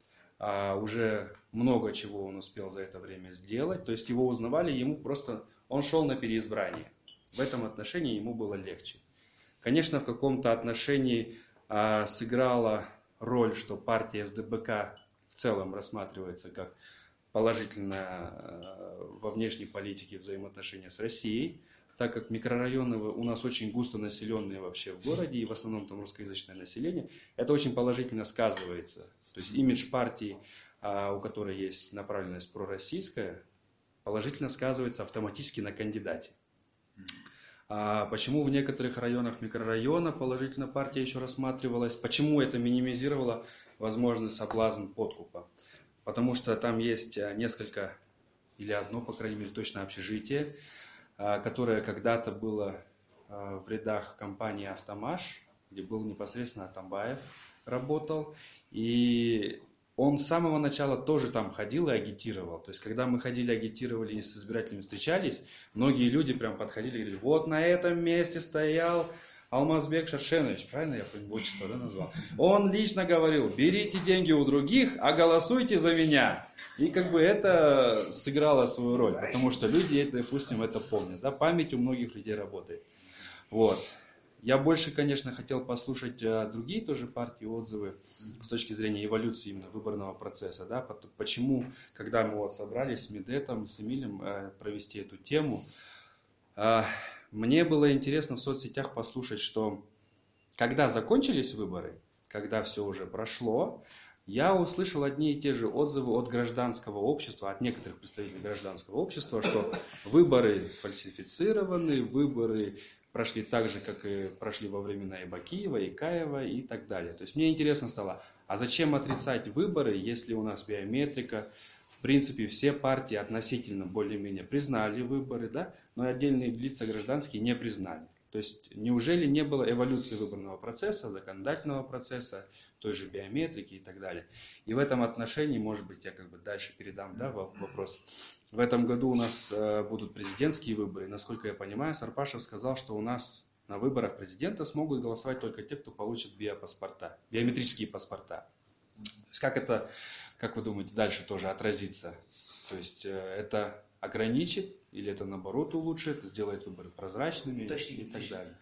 А, уже много чего он успел за это время сделать. То есть его узнавали, ему просто... Он шел на переизбрание. В этом отношении ему было легче. Конечно, в каком-то отношении а, сыграла роль, что партия СДПК в целом рассматривается как положительная а, во внешней политике взаимоотношения с Россией, так как микрорайоны у нас очень густо населенные вообще в городе, и в основном там русскоязычное население, это очень положительно сказывается. То есть имидж партии, а, у которой есть направленность пророссийская, положительно сказывается автоматически на кандидате. А почему в некоторых районах микрорайона положительно партия еще рассматривалась? Почему это минимизировало возможный соблазн подкупа? Потому что там есть несколько, или одно, по крайней мере, точно общежитие, которое когда-то было в рядах компании «Автомаш», где был непосредственно Атамбаев, работал. И он с самого начала тоже там ходил и агитировал. То есть, когда мы ходили, агитировали и с избирателями встречались, многие люди прям подходили и говорили, вот на этом месте стоял Алмазбек Шаршенович, правильно я отчество, да, назвал? Он лично говорил, берите деньги у других, а голосуйте за меня. И как бы это сыграло свою роль, потому что люди, допустим, это помнят. Да? Память у многих людей работает. Вот. Я больше, конечно, хотел послушать а, другие тоже партии, отзывы с точки зрения эволюции именно выборного процесса. Да? Почему, когда мы вот собрались с Медетом, с Эмилем а, провести эту тему, а, мне было интересно в соцсетях послушать, что когда закончились выборы, когда все уже прошло, я услышал одни и те же отзывы от гражданского общества, от некоторых представителей гражданского общества, что выборы сфальсифицированы, выборы прошли так же, как и прошли во времена и Бакиева, и Каева и так далее. То есть мне интересно стало, а зачем отрицать выборы, если у нас биометрика? В принципе, все партии относительно более-менее признали выборы, да, но отдельные лица гражданские не признали. То есть неужели не было эволюции выборного процесса, законодательного процесса, той же биометрики и так далее. И в этом отношении, может быть, я как бы дальше передам, да, вопрос. В этом году у нас э, будут президентские выборы. Насколько я понимаю, Сарпашев сказал, что у нас на выборах президента смогут голосовать только те, кто получит биопаспорта, биометрические паспорта. То есть как это, как вы думаете, дальше тоже отразится? То есть э, это ограничит или это наоборот улучшит, сделает выборы прозрачными и так далее?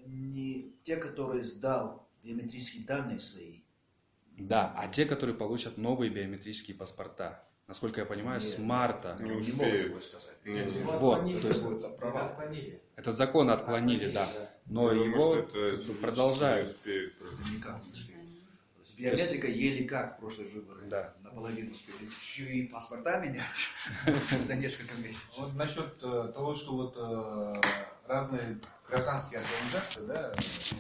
Не те, которые сдал биометрические данные свои.
Да, а те, которые получат новые биометрические паспорта. насколько я понимаю,
Нет,
с марта.
Не
Не могут
успеют.
его сказать.
Не, не, не.
Вот, то есть
Отклонили.
этот закон отклонили, да. Но
Я
его
думаю, что это
как бы
не
продолжают.
успеют просто.
Никак, к сожалению. С биометрикой еле как в прошлые выборы.
Да.
Наполовину успели. Еще и паспорта менять за несколько месяцев.
Вот насчет э, того, что вот э, разные гражданские организации, да,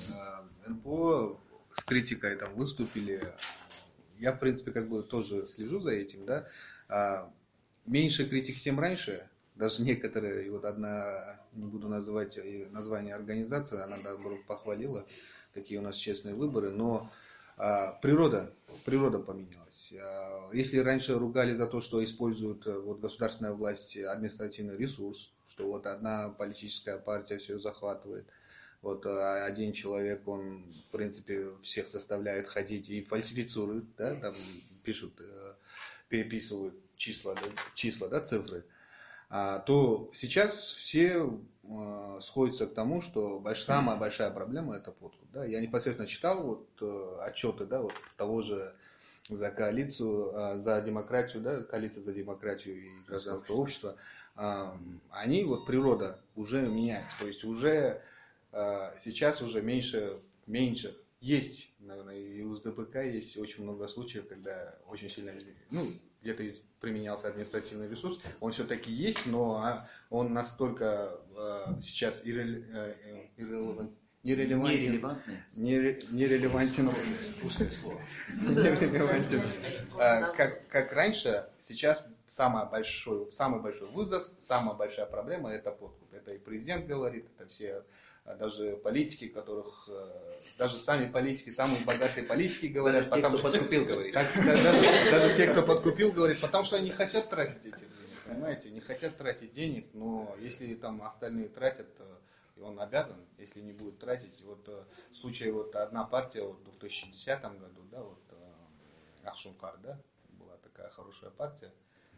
э, эн пэ о с критикой там выступили. Я, в принципе, как бы тоже слежу за этим, да. А, меньше критики, тем раньше. Даже некоторые, и вот одна, не буду называть название организации, она, наоборот, похвалила, какие у нас честные выборы, но а, природа, природа поменялась. А, если раньше ругали за то, что используют вот, государственная власть административный ресурс, что вот одна политическая партия все захватывает, вот а один человек, он, в принципе, всех заставляет ходить и фальсифицирует, да, там пишут, переписывают числа, да, числа, да, цифры, а, то сейчас все а, сходятся к тому, что больш, самая большая проблема это подкуп. Да. Я непосредственно читал вот, а, отчеты, да, вот, того же за коалицию, а, за демократию, да, коалиция за демократию и гражданское общество. А, они, вот природа уже меняется, то есть уже а, сейчас уже меньше, меньше. Есть, наверное, и у эс дэ пэ ка есть очень много случаев, когда очень сильно, ну, где-то применялся административный ресурс, он все-таки есть, но он настолько э, сейчас иррел, э, иррелевантен, нерелевантен, нере, нерелевантен,
Русское слово.
нерелевантен, э, как, как раньше. Сейчас самый большой, самый большой вызов, самая большая проблема это подкуп. Это и президент говорит, это все даже политики, которых, даже сами политики, самые богатые политики говорят,
даже
потому
те, кто
что
подкупил, говорит.
Так, даже, даже те, кто подкупил, говорит, потому что они хотят тратить эти деньги, понимаете, не хотят тратить денег, но если там остальные тратят, он обязан, если не будет тратить. Вот в случае вот одна партия вот, в две тысячи десятом году, да, вот Ахшункар, да, была такая хорошая партия,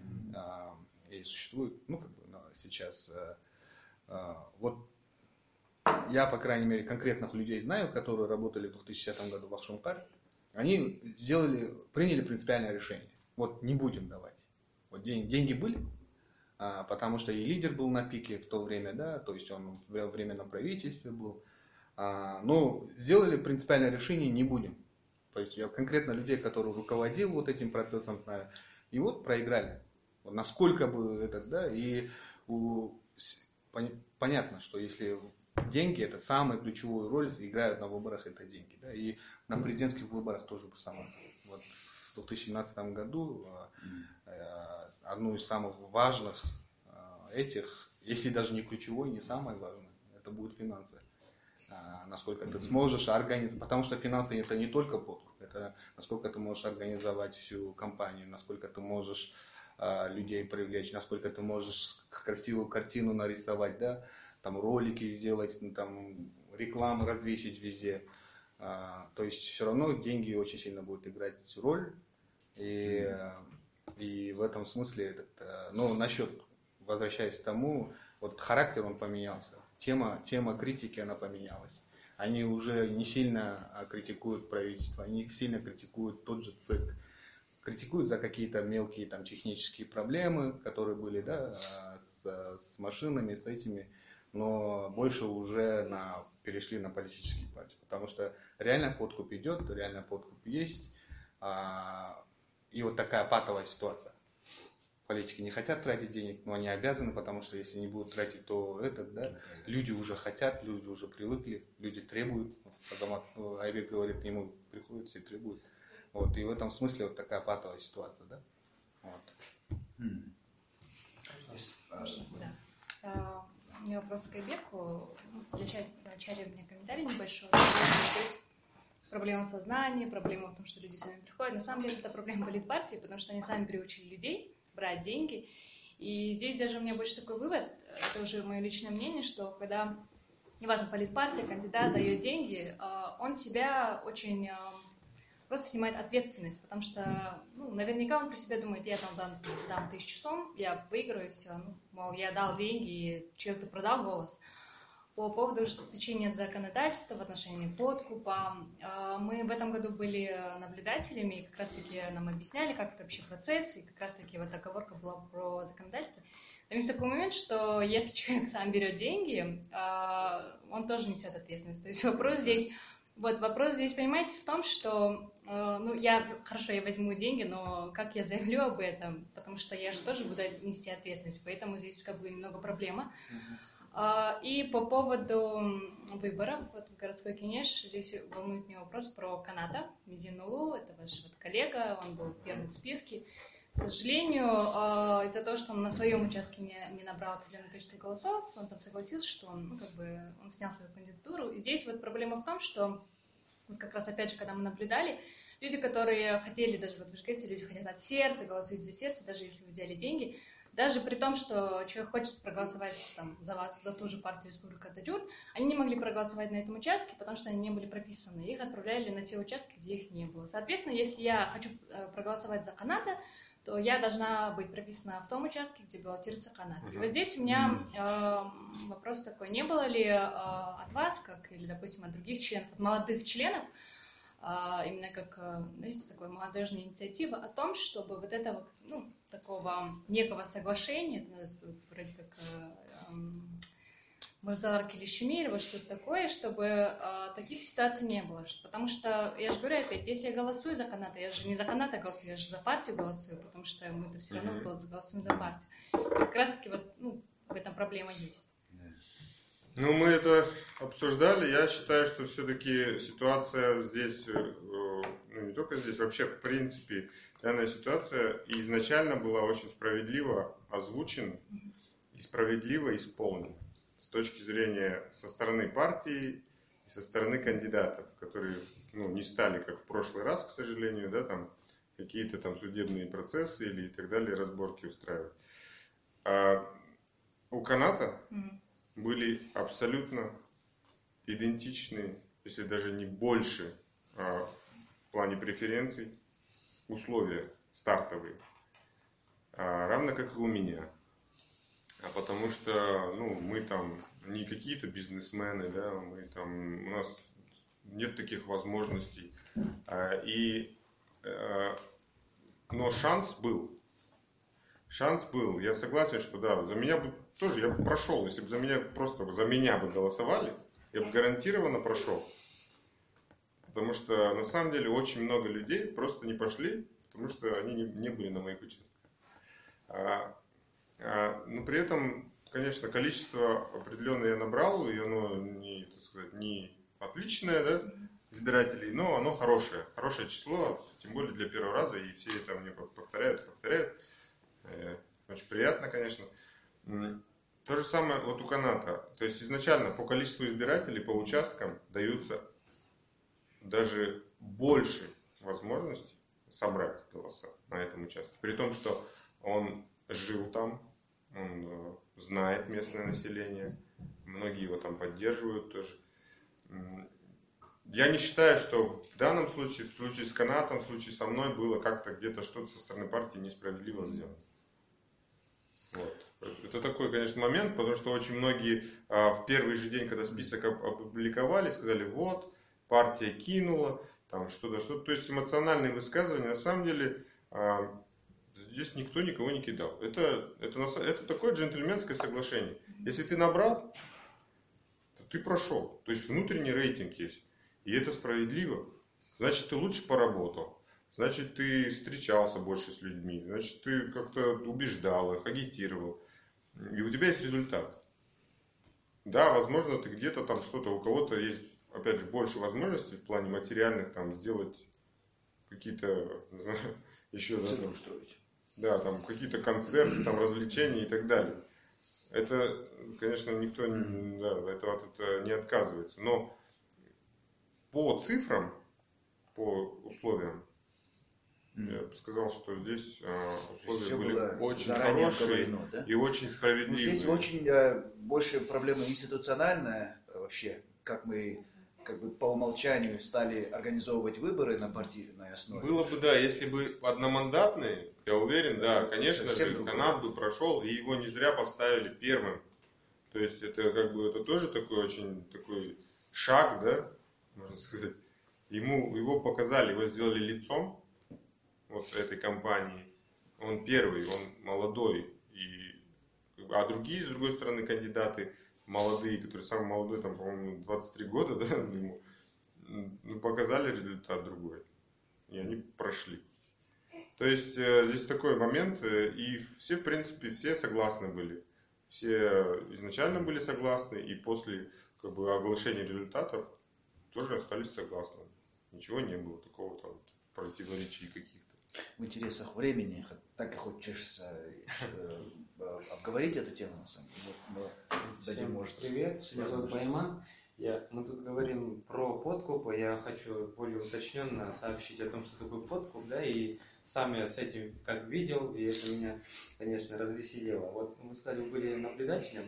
и существует, ну как бы сейчас, вот. Я, по крайней мере, конкретных людей знаю, которые работали в две тысячи десятом году в Ахшункар. Они сделали, приняли принципиальное решение. Вот не будем давать. Вот деньги, деньги были, а, потому что и лидер был на пике в то время, да, то есть он в временном правительстве был. А, но сделали принципиальное решение, не будем. То есть я конкретно людей, которые руководил вот этим процессом, знаю. И вот проиграли. Вот насколько бы это, да, и у, понятно, что если деньги, это самую ключевую роль играют на выборах, это деньги. Да? И на президентских выборах тоже бы самое. Вот в две тысячи семнадцатом году одну из самых важных этих, если даже не ключевой, не самое важное, это будут финансы. Насколько ты сможешь организовать, потому что финансы это не только подкуп, это насколько ты можешь организовать всю кампанию, насколько ты можешь людей привлечь, насколько ты можешь красивую картину нарисовать, да, там ролики сделать, там рекламу развесить везде. А, то есть все равно деньги очень сильно будут играть роль. И, и в этом смысле, этот, ну, насчет, возвращаясь к тому, вот характер он поменялся. Тема, тема критики, она поменялась. Они уже не сильно критикуют правительство, они сильно критикуют тот же ЦИК. Критикуют за какие-то мелкие там технические проблемы, которые были, да, с, с машинами, с этими. Но больше уже на, перешли на политические партии, потому что реально подкуп идет, реально подкуп есть, а, и вот такая патовая ситуация. Политики не хотят тратить денег, но они обязаны, потому что если не будут тратить, то этот, да, люди уже хотят, люди уже привыкли, люди требуют. Потом Айбек говорит, ему приходят, все требуют. Вот, и в этом смысле вот такая патовая ситуация, да. Вот.
Mm. Да. У меня вопрос к Айбеку. В начале у меня комментарий небольшой. Проблема сознания, проблема в том, что люди сами приходят. На самом деле это проблема политпартии, потому что они сами приучили людей брать деньги. И здесь даже у меня больше такой вывод, это уже мое личное мнение, что когда, неважно, политпартия, кандидат дает деньги, он себя очень просто снимает ответственность, потому что, ну, наверняка он про себя думает, я там дам, дам тысячу сом, я выиграю, и все, ну, мол, я дал деньги, и человек-то продал голос. По поводу ужесточения законодательства в отношении подкупа, мы в этом году были наблюдателями, и как раз-таки нам объясняли, как это вообще процесс, и как раз-таки вот оговорка была про законодательство. Там есть такой момент, что если человек сам берет деньги, он тоже несет ответственность. То есть вопрос здесь, вот вопрос здесь, понимаете, в том, что, ну, я, хорошо, я возьму деньги, но как я заявлю об этом, потому что я же тоже буду нести ответственность, поэтому здесь как бы немного проблема. И по поводу выборов, вот в городской Кенеш, здесь волнует меня вопрос про Каната Мединулу, это ваш вот коллега, он был первым в списке. К сожалению, из-за того, что он на своем участке не, не набрал определенное количество голосов, он там согласился, что он, ну, как бы, он снял свою кандидатуру. И здесь вот проблема в том, что вот как раз опять же, когда мы наблюдали, люди, которые хотели, даже вот вы же говорите, люди хотят от сердца, голосуют за сердце, даже если вы взяли деньги, даже при том, что человек хочет проголосовать там, за, за ту же партию Республика Таджур, они не могли проголосовать на этом участке, потому что они не были прописаны. Их отправляли на те участки, где их не было. Соответственно, если я хочу проголосовать за Каната, то я должна быть прописана в том участке, где баллотируется Канат. И вот здесь у меня э, вопрос такой, не было ли э, от вас, как или, допустим, от других членов, от молодых членов, Uh, именно как, знаете, такая молодежная инициатива о том, чтобы вот этого, ну, такого некого соглашения, это вроде как Мурзалар Келишемир, вот что-то такое, чтобы uh, таких ситуаций не было. Потому что, я же говорю опять, если я голосую за Каната, я же не за Каната голосую, я же за партию голосую, потому что мы-то все равно mm-hmm. голосуем за партию. Как раз-таки вот, ну, в этом проблема есть.
Ну, мы это обсуждали. Я считаю, что все-таки ситуация здесь, ну, не только здесь, вообще, в принципе, данная ситуация изначально была очень справедливо озвучена и справедливо исполнена с точки зрения со стороны партии и со стороны кандидатов, которые, ну, не стали, как в прошлый раз, к сожалению, да, там какие-то там судебные процессы или и так далее, разборки устраивать. А у Каната были абсолютно идентичные, если даже не больше, а, в плане преференций, условия стартовые, а, равно как и у меня. А потому что, ну, мы там не какие-то бизнесмены, да, мы там, у нас нет таких возможностей. А, и, а, но шанс был. Шанс был. Я согласен, что да, за меня бы тоже я бы прошел. Если бы за меня просто за меня бы голосовали, я бы гарантированно прошел. Потому что на самом деле очень много людей просто не пошли, потому что они не, не были на моих участках. А, а, но при этом, конечно, количество определенное я набрал, и оно не, так сказать, не отличное, да, избирателей, но оно хорошее. Хорошее число, тем более для первого раза, и все это мне повторяют, повторяют. Очень приятно, конечно. То же самое вот у Каната. То есть изначально по количеству избирателей, по участкам даются даже больше возможностей собрать голоса на этом участке. При том, что он жил там, он знает местное население, многие его там поддерживают тоже. Я не считаю, что в данном случае, в случае с Канатом, в случае со мной было как-то где-то что-то со стороны партии несправедливо сделано. Вот. Это такой, конечно, момент, потому что очень многие а, в первый же день, когда список опубликовали, сказали, вот, партия кинула, там что-то, что-то. То есть эмоциональные высказывания, на самом деле, а, здесь никто никого не кидал. Это, это, это такое джентльменское соглашение. Если ты набрал, то ты прошел. То есть внутренний рейтинг есть. И это справедливо. Значит, ты лучше поработал. Значит, ты встречался больше с людьми. Значит, ты как-то убеждал их, агитировал. И у тебя есть результат. Да, возможно, ты где-то там что-то, у кого-то есть, опять же, больше возможностей в плане материальных, там, сделать какие-то, не знаю, еще... Да, там, устроить. Да, там, какие-то концерты, там, развлечения и так далее. Это, конечно, никто да, это, от этого не отказывается. Но по цифрам, по условиям, mm. я бы сказал, что здесь э, условия
все
были очень
хорошие
обговорено, да? И очень справедливые.
Но здесь очень э, больше проблема институциональная вообще, как мы как бы по умолчанию стали организовывать выборы на партийной основе.
Было бы, да, если бы одномандатные, я уверен, да, конечно же, Канат бы прошел, и его не зря поставили первым То есть это как бы это тоже такой очень такой шаг, да, можно сказать. Ему, его показали, его сделали лицом вот этой компании. Он первый, он молодой. И, а другие, с другой стороны, кандидаты молодые, которые самый молодой, там, по-моему, двадцать три года, да, ему, ну, показали результат другой. И они прошли. То есть здесь такой момент, и все, в принципе, все согласны были. Все изначально были согласны, и после как бы, оглашения результатов тоже остались согласны. Ничего не было, такого там противоречий каких-то.
В интересах времени, так и хочешь э, обговорить эту тему, на самом деле.
Всем может, привет, меня зовут Байман. Я, мы тут говорим про подкуп, я хочу более уточненно сообщить о том, что такое подкуп, да, и сам я с этим как видел, и это меня, конечно, развеселило. Вот вы сказали, вы были наблюдателем.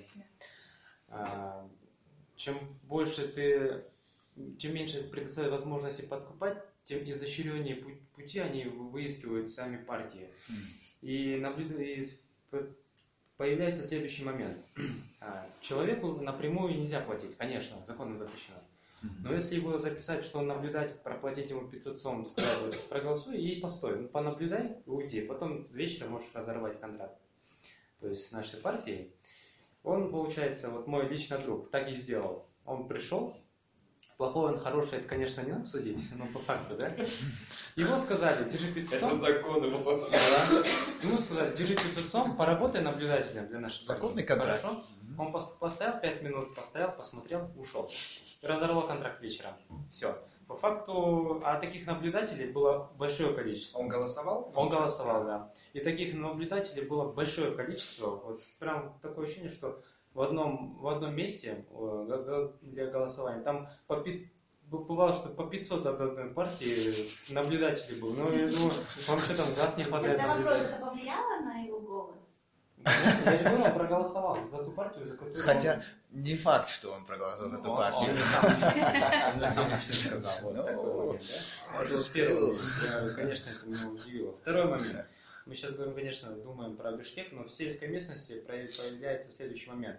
А, чем больше ты, чем меньше предоставляет возможности подкупать, тем изощреннее пути они выискивают сами партии. И, наблюд... и появляется следующий момент. Человеку напрямую нельзя платить, конечно, законом запрещено. Но если его записать, что он наблюдатель, проплатить ему пятьсот сом, сказать, вот, проголосуй и постой, ну, понаблюдай и уйди, потом вечером можешь разорвать контракт. То есть с нашей партией. Он, получается, вот мой личный друг, так и сделал. Он пришел, плохой он, хороший, это, конечно, не нам судить, но по факту, да? Ему сказали, держи пятьсот сом.
Это закон его
да. Ему сказали, держи пятьсот сом, поработай наблюдателем для нашей партии.
Законный контракт.
Хорошо. Он постоял пять минут, постоял, посмотрел, ушел. Разорвал контракт вечером. Все. По факту, а таких наблюдателей было большое количество.
Он голосовал?
Он голосовал, да. И таких наблюдателей было большое количество. Вот прям такое ощущение, что в одном, в одном месте для голосования там по пи... бывало, что по пятьсот от одной партии наблюдателей было. Ну, я думаю, вам что там глаз не хватает.
Тогда вопрос, это повлияло на его голос?
Я не думал, он проголосовал за ту партию, за которую...
Хотя не факт, что он проголосовал за эту партию.
Он не сам лично сказал. Вот такой момент, да? Это первый. Конечно, это меня удивило. Второй момент. Мы сейчас говорим, конечно, думаем про Бишкек, но в сельской местности появляется следующий момент.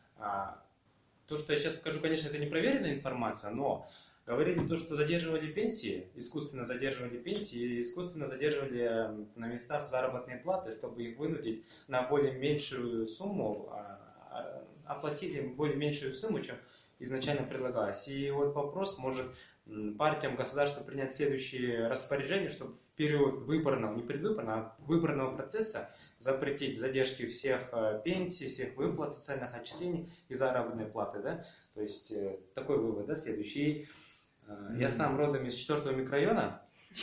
То, что я сейчас скажу, конечно, это не проверенная информация, но говорили то, что задерживали пенсии, искусственно задерживали пенсии, искусственно задерживали на местах заработные платы, чтобы их вынудить на более меньшую сумму, оплатили более меньшую сумму, чем изначально предлагалось. И вот вопрос, может партиям, государству принять следующее распоряжение, чтобы в период выборного, не предвыборного, а выборного процесса запретить задержки всех пенсий, всех выплат, социальных отчислений и заработной платы, да? То есть такой вывод, да, следующий. Я сам родом из четвёртого микрорайона,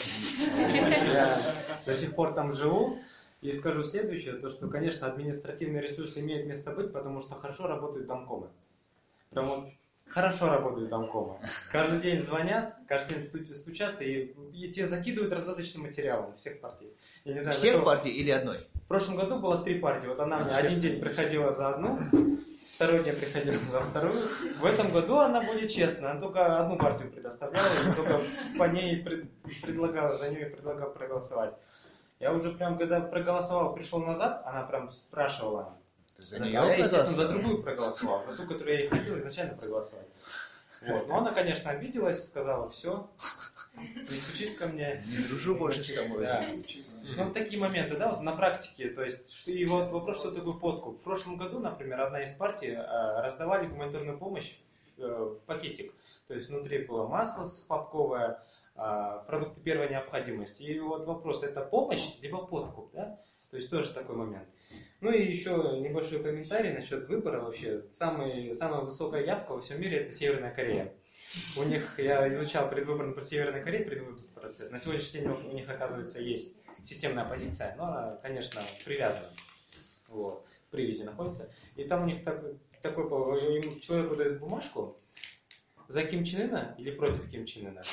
я до сих пор там живу, и скажу следующее, то что, конечно, административные ресурсы имеют место быть, потому что хорошо работают домкомы. Прям вот хорошо работают домкомы. Каждый день звонят, каждый день стучатся, и, и тебе закидывают раздаточным материалом всех партий. Я не знаю,
всех
какого...
партий или одной?
В прошлом году было три партии, вот она мне один день приходила за одну, второй день приходила за вторую. В этом году она будет честна, она только одну партию предоставляла, и только по ней пред, предлагала, за нее предлагала проголосовать. Я уже прям, когда проголосовал, пришел назад, она прям спрашивала.
За,
за
нее
я, естественно, за другую проголосовал, за ту, которую я и хотел изначально проголосовать. Вот. Но она, конечно, обиделась, сказала, все, не стучись ко мне.
Не дружу больше с тобой.
Да. Ну, такие моменты, да, вот на практике, то есть, что, и вот вопрос, что такое подкуп. В прошлом году, например, одна из партий э, раздавали гуманитарную помощь э, в пакетик. То есть, внутри было масло схлопковое, э, продукты первой необходимости. И вот вопрос, это помощь, либо подкуп, да? То есть, тоже такой момент. Ну и еще небольшой комментарий насчет выбора вообще. Самый, самая высокая явка во всем мире – это Северная Корея. У них, я изучал предвыборный про Северную Корею, предвыборный процесс. На сегодняшний день у них, оказывается, есть системная оппозиция, но она, конечно, привязана. Вот, в привязи находится. И там у них так, такой, им человеку дают бумажку, за Ким Чен Ына или против Ким Чен Ына.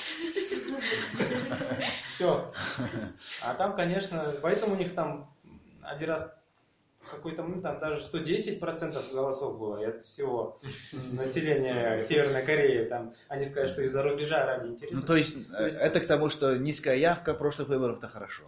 Все. А там, конечно, поэтому у них там один раз какой-то, ну, там даже сто десять процентов голосов было от всего населения Северной Кореи. Там, они сказали, что из-за рубежа ради интереса.
Ну, то есть, то есть, это к тому, что низкая явка прошлых выборов-то хорошо.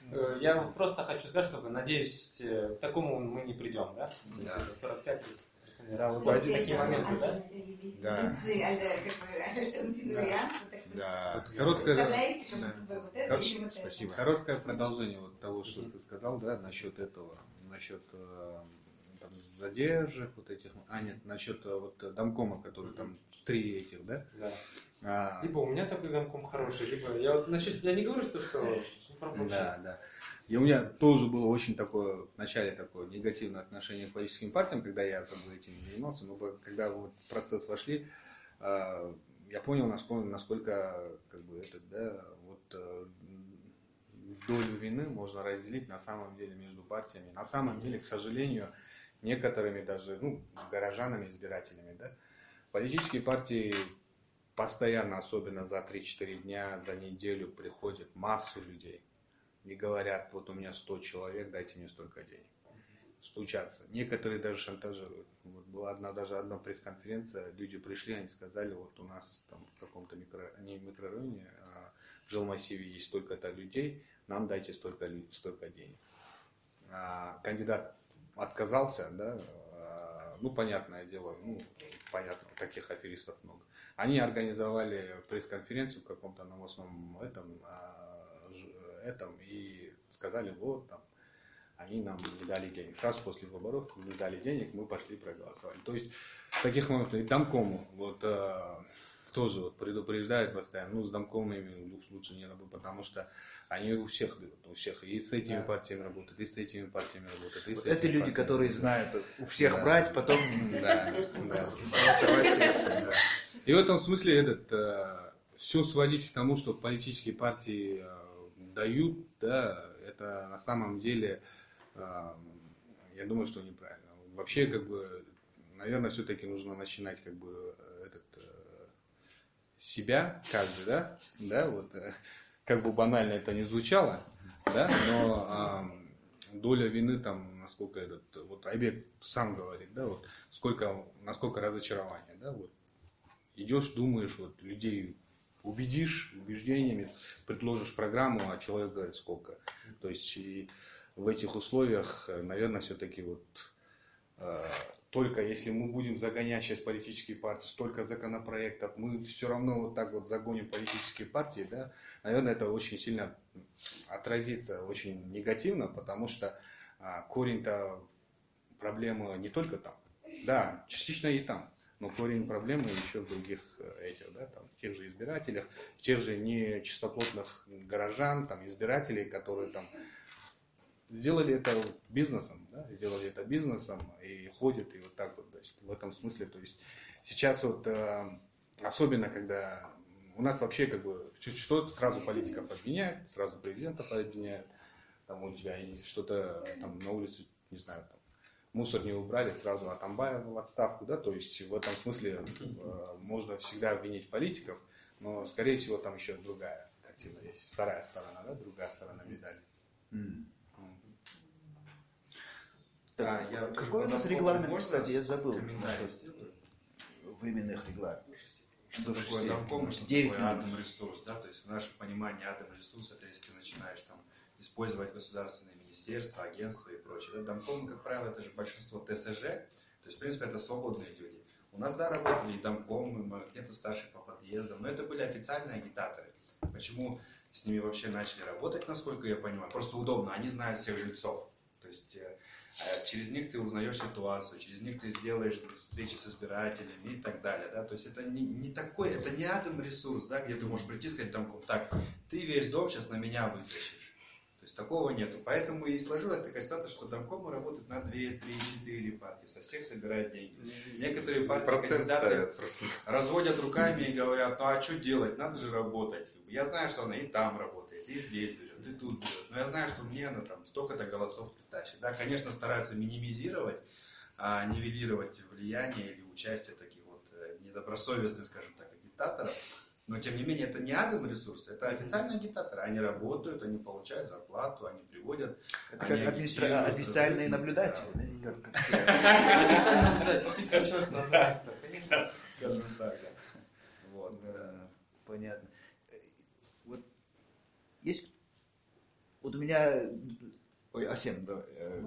Я
просто хочу сказать, что, надеюсь, к такому мы не придем, да? Да. сорок пять тридцать процентов.
Да, вот
Если
один-
такие
это
моменты, да?
альтернативный,
Да.
единственный аль- как бы альтернативный
Да.
вариант, вот так вот
Да.
Короткое,
представляете, как
да.
будто бы вот это
Короче,
или вот это.
спасибо.
Короткое продолжение вот того, что ты сказал, да, насчет этого, насчет э, там, задержек, вот этих, а нет, насчет э, вот э, домкома, который там три этих, да?
Да.
А,
Либо у меня такой домком хороший, либо я вот насчет, я не говорю, что что не пробую.
да, да. И у меня тоже было очень такое, в начале такое негативное отношение к политическим партиям, когда я как бы, этим занимался, но когда вот в процесс вошли, э, я понял, насколько, насколько как бы, этот, да, вот, э, долю вины можно разделить на самом деле между партиями. На самом деле, к сожалению, некоторыми даже ну, горожанами, избирателями, да, политические партии постоянно, особенно за три-четыре дня, за неделю приходит массу людей и говорят, вот у меня сто человек, дайте мне столько денег. Стучаться. Некоторые даже шантажируют. Вот была одна, даже одна пресс-конференция, люди пришли, они сказали, вот у нас там в каком-то микро, не мкрорайоне, а в жилмассиве есть столько-то людей, нам дайте столько, столько денег. А кандидат отказался, да, а, ну, понятное дело, ну, понятно, таких аферистов много. Они организовали пресс-конференцию в каком-то новостном этом, а, этом и сказали, вот там, они нам не дали денег. Сразу после выборов не дали денег, мы пошли проголосовали. То есть в таких моментах и домкому вот, э, тоже вот предупреждают постоянно, ну с домкомами лучше не работать, потому что они у всех дают, у всех и с этими
Да.
партиями работают, и с этими партиями работают. И с
Вот
этими
это люди,
партиями
которые
работают.
знают у всех
Да.
брать, потом
Да, да.
голосовать сердцем. Да.
И в этом смысле этот, э, все сводить к тому, что политические партии э, дают, да, это на самом деле, э, я думаю, что неправильно. Вообще, как бы, наверное, все-таки нужно начинать, как бы, этот, э, себя, каждый, да, да, вот, э, как бы банально это не звучало, да, но э, доля вины там, насколько этот, вот Айбек сам говорит, да, вот, сколько, насколько разочарования, да, вот, идешь, думаешь, вот, людей убедишь убеждениями, предложишь программу, а человек говорит, сколько. То есть, и в этих условиях, наверное, все-таки вот, э, только если мы будем загонять сейчас политические партии, столько законопроектов, мы все равно вот так вот загоним политические партии, да, наверное, это очень сильно отразится очень негативно, потому что а, корень-то проблемы не только там, да, частично и там, но корень проблемы еще в других этих, да, там, в тех же избирателях, в тех же нечистоплотных горожан, там, избирателей, которые там сделали это бизнесом, да, сделали это бизнесом и ходят и вот так вот, то есть, в этом смысле, то есть сейчас вот э, особенно когда у нас вообще как бы чуть что сразу политиков обвиняют, сразу президентов обвиняют, там у тебя что-то там на улице, не знаю, там, мусор не убрали, сразу Атамбаева в отставку, да, то есть в этом смысле э, можно всегда обвинить политиков, но скорее всего там еще другая картина есть, вторая сторона, да, другая сторона медали.
М.
Да,
Так,
я
какой у
тоже
нас
по
регламент,
домкому
кстати, я
можно
забыл
комментарий
насчет
сделаю?
временных регламентов.
Что
До
такое
шести,
домком,
может,
что
девять
такое
минут.
атом ресурс, да, то есть в нашем понимании атом ресурс это если ты начинаешь там использовать государственные министерства, агентства и прочее. Да, домком, как правило, это же большинство ТСЖ, то есть в принципе это свободные люди. У нас, да, работали и домкомы, где-то старшие по подъездам, но это были официальные агитаторы. Почему с ними вообще начали работать, насколько я понимаю? Просто удобно, они знают всех жильцов. То есть э, через них ты узнаешь ситуацию, через них ты сделаешь встречи с избирателями и так далее. Да? То есть это не, не такой, это не атом ресурс, да, где ты можешь прийти и сказать, там, так, ты весь дом сейчас на меня вытащишь. То есть такого нету. Поэтому и сложилась такая ситуация, что домкомы работают на две, три, четыре партии, со всех собирают деньги. Некоторые партии,
Процент
кандидаты
ставят просто.
разводят руками и говорят, ну а что делать, надо же работать. Я знаю, что она и там работает, и здесь берет, и тут берет. Но я знаю, что мне она там столько-то голосов притащит. Да, конечно, стараются минимизировать, а, нивелировать влияние или участие таких вот э, недобросовестных, скажем так, агитаторов. Но, тем не менее, это не атом ресурс, это официальные агитаторы. Они работают, они получают зарплату, они приводят.
Это
они
как администра...
агитируют,
официальные
раздают
наблюдатели.
материалы.
Да? Как- как-
Официально, блядь, пятьдесят человек на одно место. Конечно.
Скажем так. да. Вот.
Да, понятно. Э, Вот есть... Вот у меня... Ой, Асен, да. э,
Можно?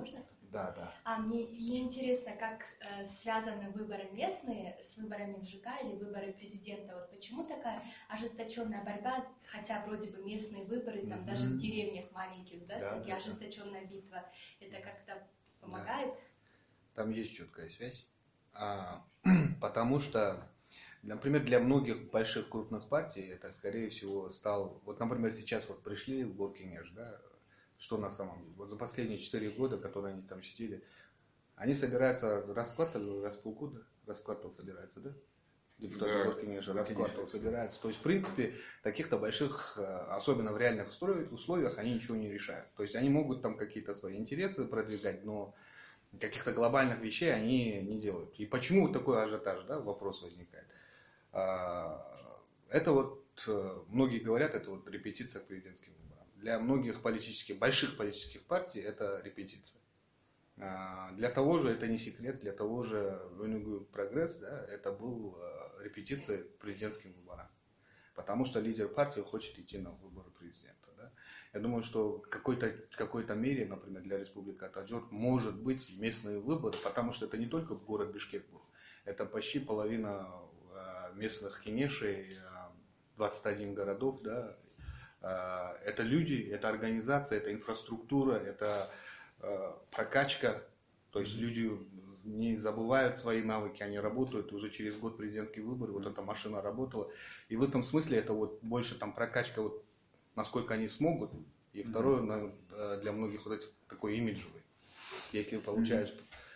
да, да.
А мне, мне интересно, как э, связаны выборы местные с выборами в ЖК или выборы президента? Вот почему такая ожесточенная борьба, хотя вроде бы местные выборы, там
Мгм.
даже в деревнях маленьких, да,
Да,
такие
да, да.
ожесточенная битва, это как-то помогает?
Там есть четкая связь. А, потому что, например, для многих больших крупных партий это, скорее всего, стал... Вот, например, сейчас вот пришли в Горкинеш, да, что на самом деле? Вот за последние четыре года, которые они там сидели, они собираются раз в квартал, раз в полгода, раз в квартал собираются, да? Депутаты
Да,
Горкинеша раз в
конечно.
квартал собираются. То есть, в принципе, таких-то больших, э, особенно в реальных условиях, условиях, они ничего не решают. То есть, они могут там какие-то свои интересы продвигать, но каких-то глобальных вещей они не делают. И почему вот такой ажиотаж, да, вопрос возникает. А, Это вот, э, многие говорят, это вот репетиция к президентским выборам. Для многих политических, больших политических партий это репетиция. А, Для того же, это не секрет, для того же Венугу прогресс, да, это был э, репетиция к президентским выборам. Потому что лидер партии хочет идти на выборы президента. Да. Я думаю, что в какой-то, в какой-то мере, например, для Республики Атаджор может быть местные выборы, потому что это не только город Бишкек был, это почти половина э, местных кенешей, э, двадцать один городов, да. Э, это люди, это организация, это инфраструктура, это э, прокачка, то есть люди не забывают свои навыки, они работают, уже через год президентские выборы, вот эта машина работала, и в этом смысле это вот больше там прокачка, вот насколько они смогут, и второе, на- для многих вот этих такой имиджевый. Если получаешь,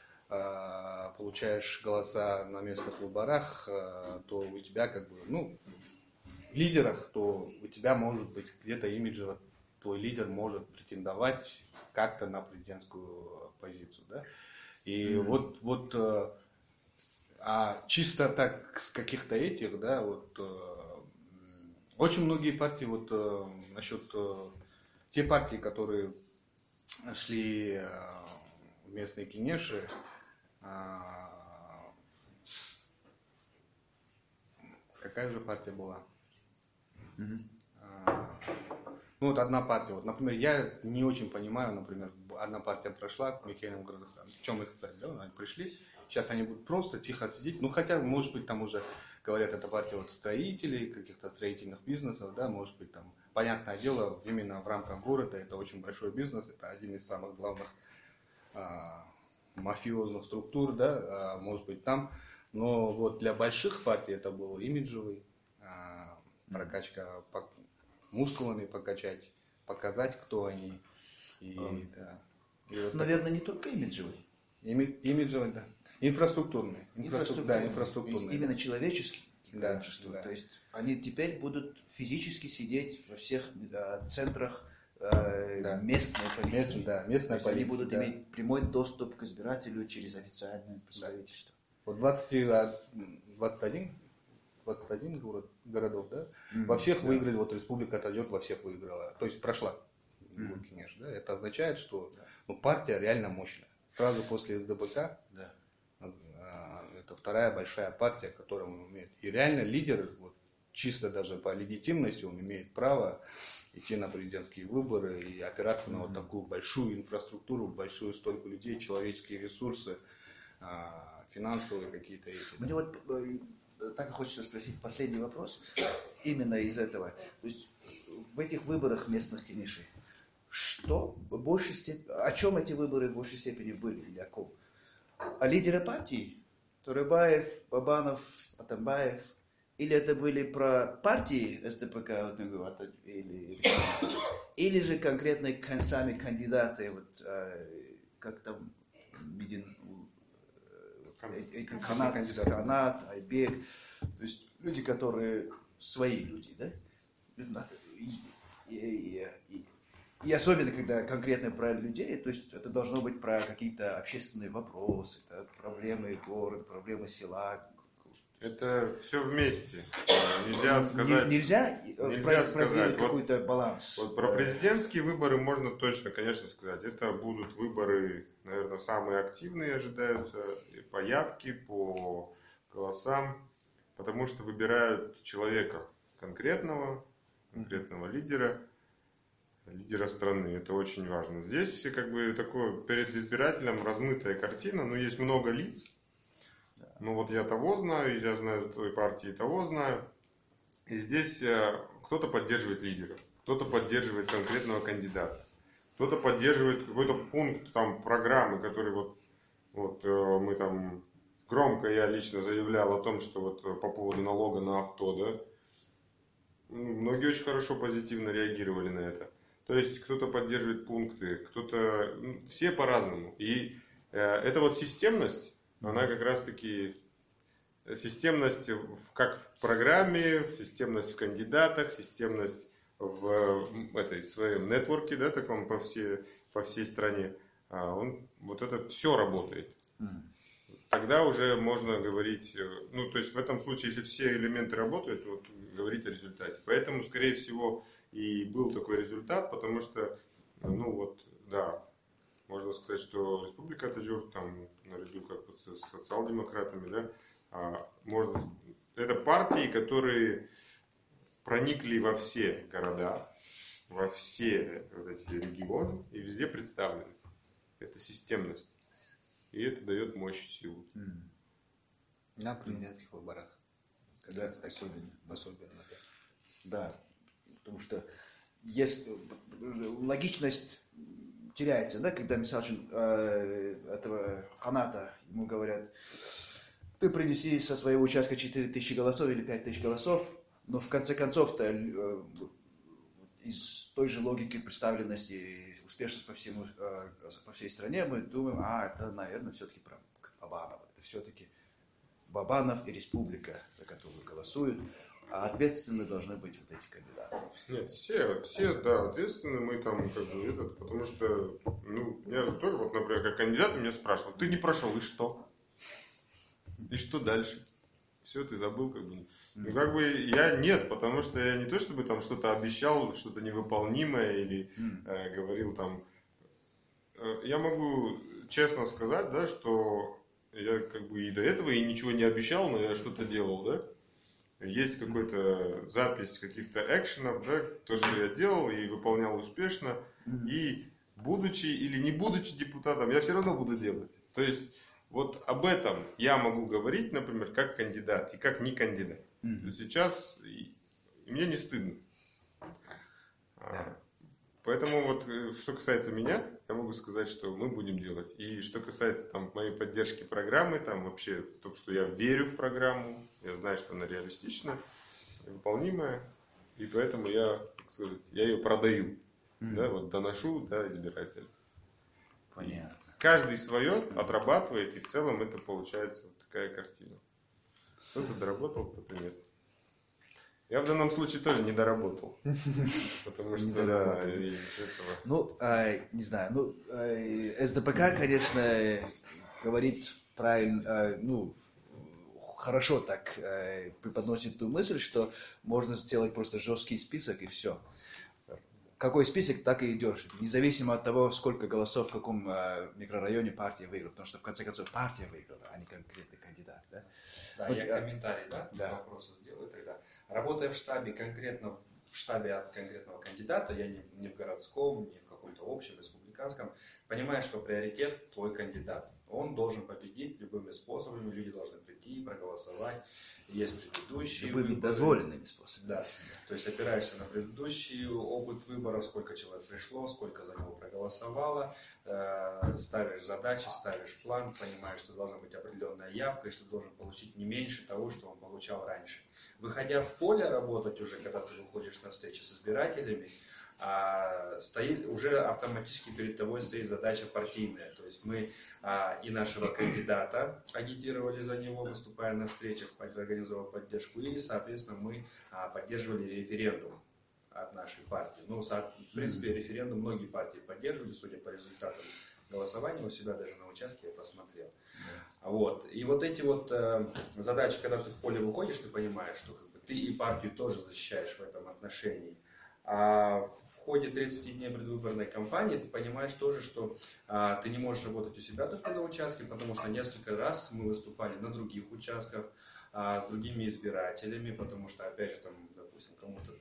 э, получаешь голоса на местных выборах, э, то у тебя как бы, ну, в лидерах, то у тебя может быть где-то имиджево, твой лидер может претендовать как-то на президентскую позицию, да. И
Мгм.
вот, вот э, а чисто так с каких-то этих, да, вот э, м, очень многие партии, вот э, насчет э, те партии, которые шли э, в местные кенеши, э, какая же партия была?
Мгм.
А, Ну вот одна партия, вот, например, я не очень понимаю, например, одна партия прошла к Микелям Градостан. В чем их цель? Да? Они пришли, сейчас они будут просто тихо сидеть, ну хотя, может быть, там уже говорят, это партия вот строителей, каких-то строительных бизнесов, да, может быть, там, понятное дело, именно в рамках города это очень большой бизнес, это один из самых главных а, мафиозных структур, да, а, может быть, там, но вот для больших партий это был имиджевый, а, прокачка по- мускулами покачать, показать, кто они. И,
Ам.
да. И вот
Наверное, не только имиджевый.
так- ими- имиджевый, да. Инфраструктурный. Инфраструк- Да, инфраструктурный.
Именно человеческий.
Да,
инфраструктура.
да.
То есть они теперь будут физически сидеть во всех э, центрах э,
Да.
местной политики.
Местный, да,
То
местная
есть они
политика.
будут
да.
иметь прямой доступ к избирателю через официальное представительство.
Вот двадцать, а, двадцать один, двадцать один город, городов, да?
Мгм.
Во всех
Да.
выиграли, вот Республика Атаджор во всех выиграла. То есть прошла
Мгм.
Гуркинеш, да? Это означает, что ну, партия реально мощная. Сразу после СДБК
Да.
а, это вторая большая партия, которая он умеет. И реально лидер, вот, чисто даже по легитимности, он имеет право идти на президентские выборы и опираться на вот такую большую инфраструктуру, большую столько людей, человеческие ресурсы, а, финансовые какие-то эти. да.
Мне вот э, так и хочется спросить последний вопрос именно из этого. То есть в этих выборах местных кенишей, что в большей степени, о чем эти выборы в большей степени были или о ком? О лидере партии? Турыбаев, Бабанов, Атамбаев? Или это были про партии СДПК вот, ну, вот, или, или же конкретно кон- сами кандидаты, вот, э, как там, Медин, э, э, э, Канат,
Кандидаты.
Канат, Айбек, то есть люди, которые свои люди, да? И, и- и- и особенно, когда конкретно про людей, то есть это должно быть про какие-то общественные вопросы, да, проблемы города, проблемы села.
Это все вместе. Нельзя
Не-
сказать...
Нельзя, э,
нельзя
про-
сказать.
проделать
Вот-
какой-то баланс.
Вот про президентские выборы можно точно, конечно, сказать. Это будут выборы, наверное, самые активные ожидаются и по явке, по голосам, потому что выбирают человека конкретного, конкретного лидера. лидера страны. Это очень важно. Здесь как бы такое перед избирателем размытая картина, но есть много лиц. Ну вот я того знаю, я знаю той партии, того знаю. И здесь кто-то поддерживает лидера, кто-то поддерживает конкретного кандидата, кто-то поддерживает какой-то пункт там программы, который вот, вот мы там громко, я лично заявлял о том, что вот по поводу налога на авто, да, многие очень хорошо, позитивно реагировали на это. То есть кто-то поддерживает пункты, кто-то, ну, все по-разному. И э, эта вот системность, она как раз-таки системность в, как в программе, системность в кандидатах, системность в этой своем нетворке, да, таком по всей, по всей стране. А он, вот это все работает. Тогда уже можно говорить, ну, то есть в этом случае, если все элементы работают, вот, говорить о результате. Поэтому, скорее всего, и был такой результат, потому что, ну, вот, да, можно сказать, что Республика Таджур, там, наряду как с социал-демократами, да, а, можно, это партии, которые проникли во все города, во все вот эти регионы и везде представлены. Это системность. И это дает мощь, силу.
Mm. На президентских выборах.
Да, особенно. особенно да. да, потому что есть, логичность теряется, да, когда Мисалчин э, этого каната, ему говорят, ты принеси со своего участка четыре тысячи голосов или пять тысяч голосов, но в конце концов-то э, из той же логики представленности, успешность по, всему, э, по всей стране, мы думаем, а, это, наверное, все-таки про Бабанов, это все-таки Бабанов и республика, за которую голосуют, а ответственны должны быть вот эти кандидаты.
Нет, все, все, да, ответственны мы там, как бы, этот, потому что, ну, я же тоже, вот, например, как кандидат меня спрашивал, ты не прошел, и что? И что дальше? Все, ты забыл, как бы. Ну, как бы, я нет, потому что я не то, чтобы там что-то обещал, что-то невыполнимое, или э, говорил там, э, я могу честно сказать, да, что я как бы и до этого и ничего не обещал, но я что-то делал, да. Есть какой-то запись каких-то экшенов, да, то, что я делал и выполнял успешно, и будучи или не будучи депутатом, я все равно буду делать. То есть, вот об этом я могу говорить, например, как кандидат и как не кандидат. Mm-hmm. Сейчас и, и мне не стыдно. А, поэтому вот, что касается меня, я могу сказать, что мы будем делать. И что касается там моей поддержки программы, там вообще в том, что я верю в программу, я знаю, что она реалистична, выполнимая, и поэтому я, так сказать, я ее продаю, mm-hmm. да, вот доношу до избирателя.
Понятно.
Каждый свое отрабатывает, и в целом это получается вот такая картина. Кто-то доработал, кто-то нет. Я в данном случае тоже не доработал. Потому что, да, из этого...
Ну, не знаю, ну, СДПК, конечно, говорит правильно, ну, хорошо так преподносит ту мысль, что можно сделать просто жесткий список и все. Какой список, так и идешь. Независимо от того, сколько голосов в каком э, микрорайоне партия выиграла. Потому что, в конце концов, партия выиграла, а не конкретный кандидат. Да,
да вот, я а... комментарий, да, да. вопросы сделаю тогда. Работая в штабе, конкретно в штабе от конкретного кандидата, я не, не в городском, не в каком-то общем, республиканском, понимаю, что приоритет твой кандидат. Он должен победить любыми способами, люди должны прийти, проголосовать. Есть предыдущие
любыми
выборы.
дозволенными способами.
Да. То есть опираешься на предыдущий опыт выборов, сколько человек пришло, сколько за него проголосовало, э, ставишь задачи, ставишь план, понимаешь, что должна быть определенная явка и что должен получить не меньше того, что он получал раньше. Выходя в поле работать уже, когда ты выходишь на встречи с избирателями, А, стоит, уже автоматически перед тобой стоит задача партийная. То есть мы а, и нашего кандидата агитировали за него, выступая на встречах, организовывая поддержку, и, соответственно, мы а, поддерживали референдум от нашей партии. Ну, в принципе, референдум многие партии поддерживали, судя по результатам голосования, у себя даже на участке я посмотрел. Вот. И вот эти вот э, задачи, когда ты в поле выходишь, ты понимаешь, что как бы, ты и партию тоже защищаешь в этом отношении. А в ходе тридцати дней предвыборной кампании ты понимаешь тоже, что а, ты не можешь работать у себя только на участке, потому что несколько раз мы выступали на других участках а, с другими избирателями, потому что, опять же, там, допустим, кому-то там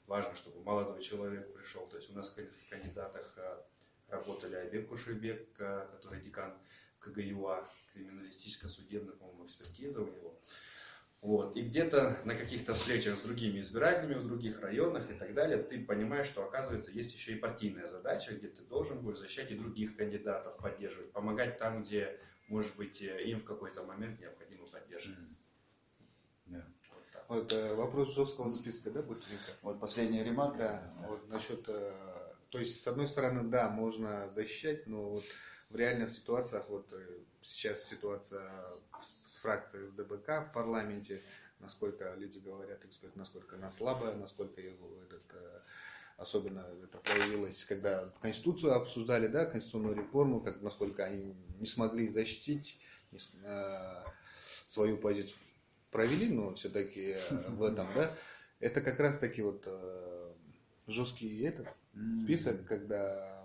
важно, чтобы молодой человек пришел. То есть у нас в кандидатах работали Айбек Кушайбек, который декан КГЮА, криминалистическо-судебная, по-моему, экспертиза у него. Вот. И где-то на каких-то встречах с другими избирателями в других районах и так далее, ты понимаешь, что, оказывается, есть еще и партийная задача, где ты должен будешь защищать и других кандидатов, поддерживать, помогать там, где, может быть, им в какой-то момент необходимо поддерживать.
Да. Вот, так. Вот э, вопрос жесткого списка, да, быстренько?
Вот последняя ремарка.
Да, да. Вот насчет, э, то есть, с одной стороны, да, можно защищать, но вот в реальных ситуациях, вот сейчас ситуация с фракцией СДБК в парламенте, насколько люди говорят, эксперты, насколько она слабая, насколько его этот, особенно это проявилось, когда в Конституцию обсуждали, да, конституционную реформу, как, насколько они не смогли защитить не, э, свою позицию. Провели, но все-таки в этом, да, это как раз таки вот э, жесткий этот список, когда...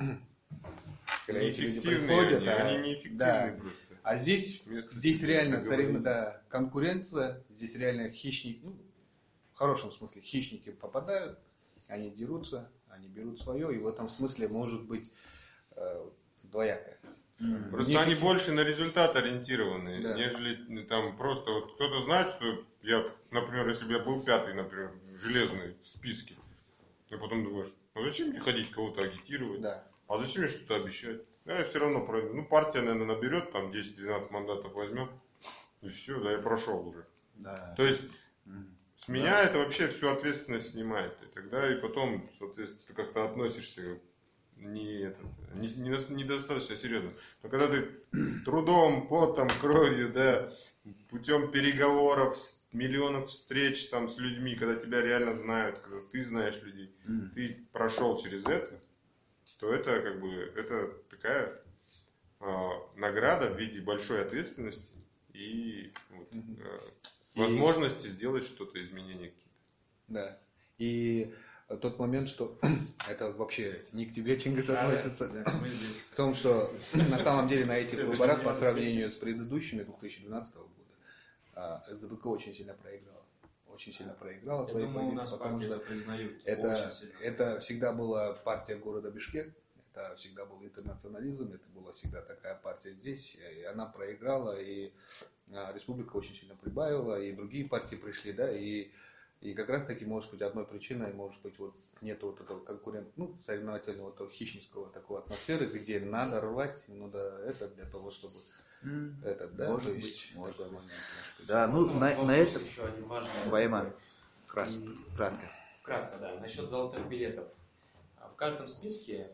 Когда эти люди приходят,
они,
а,
они неэффективны
да.
просто.
А здесь, здесь реально царим, да, конкуренция, здесь реально хищники, ну, в хорошем смысле хищники попадают, они дерутся, они берут свое, и в этом смысле может быть э, двоякое.
Mm. Просто они больше на результат ориентированы, да. нежели там просто вот кто-то знает, что я, например, если бы я был пятый, например, железный в списке, и потом думаешь, ну зачем мне ходить кого-то агитировать? Да. А зачем мне что-то обещать? Я все равно пройду. Ну, партия, наверное, наберет, там десять-двенадцать мандатов возьмет, и все, да, я прошел уже. Да. То есть, mm. с меня да. это вообще всю ответственность снимает. И тогда и потом, соответственно, ты как-то относишься не, этот, не, не, недостаточно серьезно. Но когда ты трудом, потом, кровью, да, путем переговоров, миллионов встреч там с людьми, когда тебя реально знают, когда ты знаешь людей, mm. ты прошел через это, то это как бы это такая э, награда в виде большой ответственности и, вот, э, и возможности сделать что-то, изменения какие-то.
Да. И тот момент, что это вообще не к тебе, Чингис, относится, да, да, в том, что на самом деле на этих выборах по сравнению с предыдущими две тысячи двенадцатого года СДБК очень сильно проиграла. Очень сильно проиграла свои
думаю,
позиции,
у нас
потому что
признают
это, это всегда была партия города Бишкек, это всегда был интернационализм, это была всегда такая партия здесь, и она проиграла, и республика очень сильно прибавила, и другие партии пришли, да, и, и как раз таки, может быть, одной причиной, может быть, вот нет вот этого конкурента, ну, соревновательного, вот, хищнического такой атмосферы, где надо рвать, надо это для того, чтобы Mm. Этот, да,
может
быть,
быть, может
быть.
Да, ну,
ну
на, на этом...
Еще один важный...
Вайман, кратко.
Кратко, да, насчет золотых билетов. В каждом списке,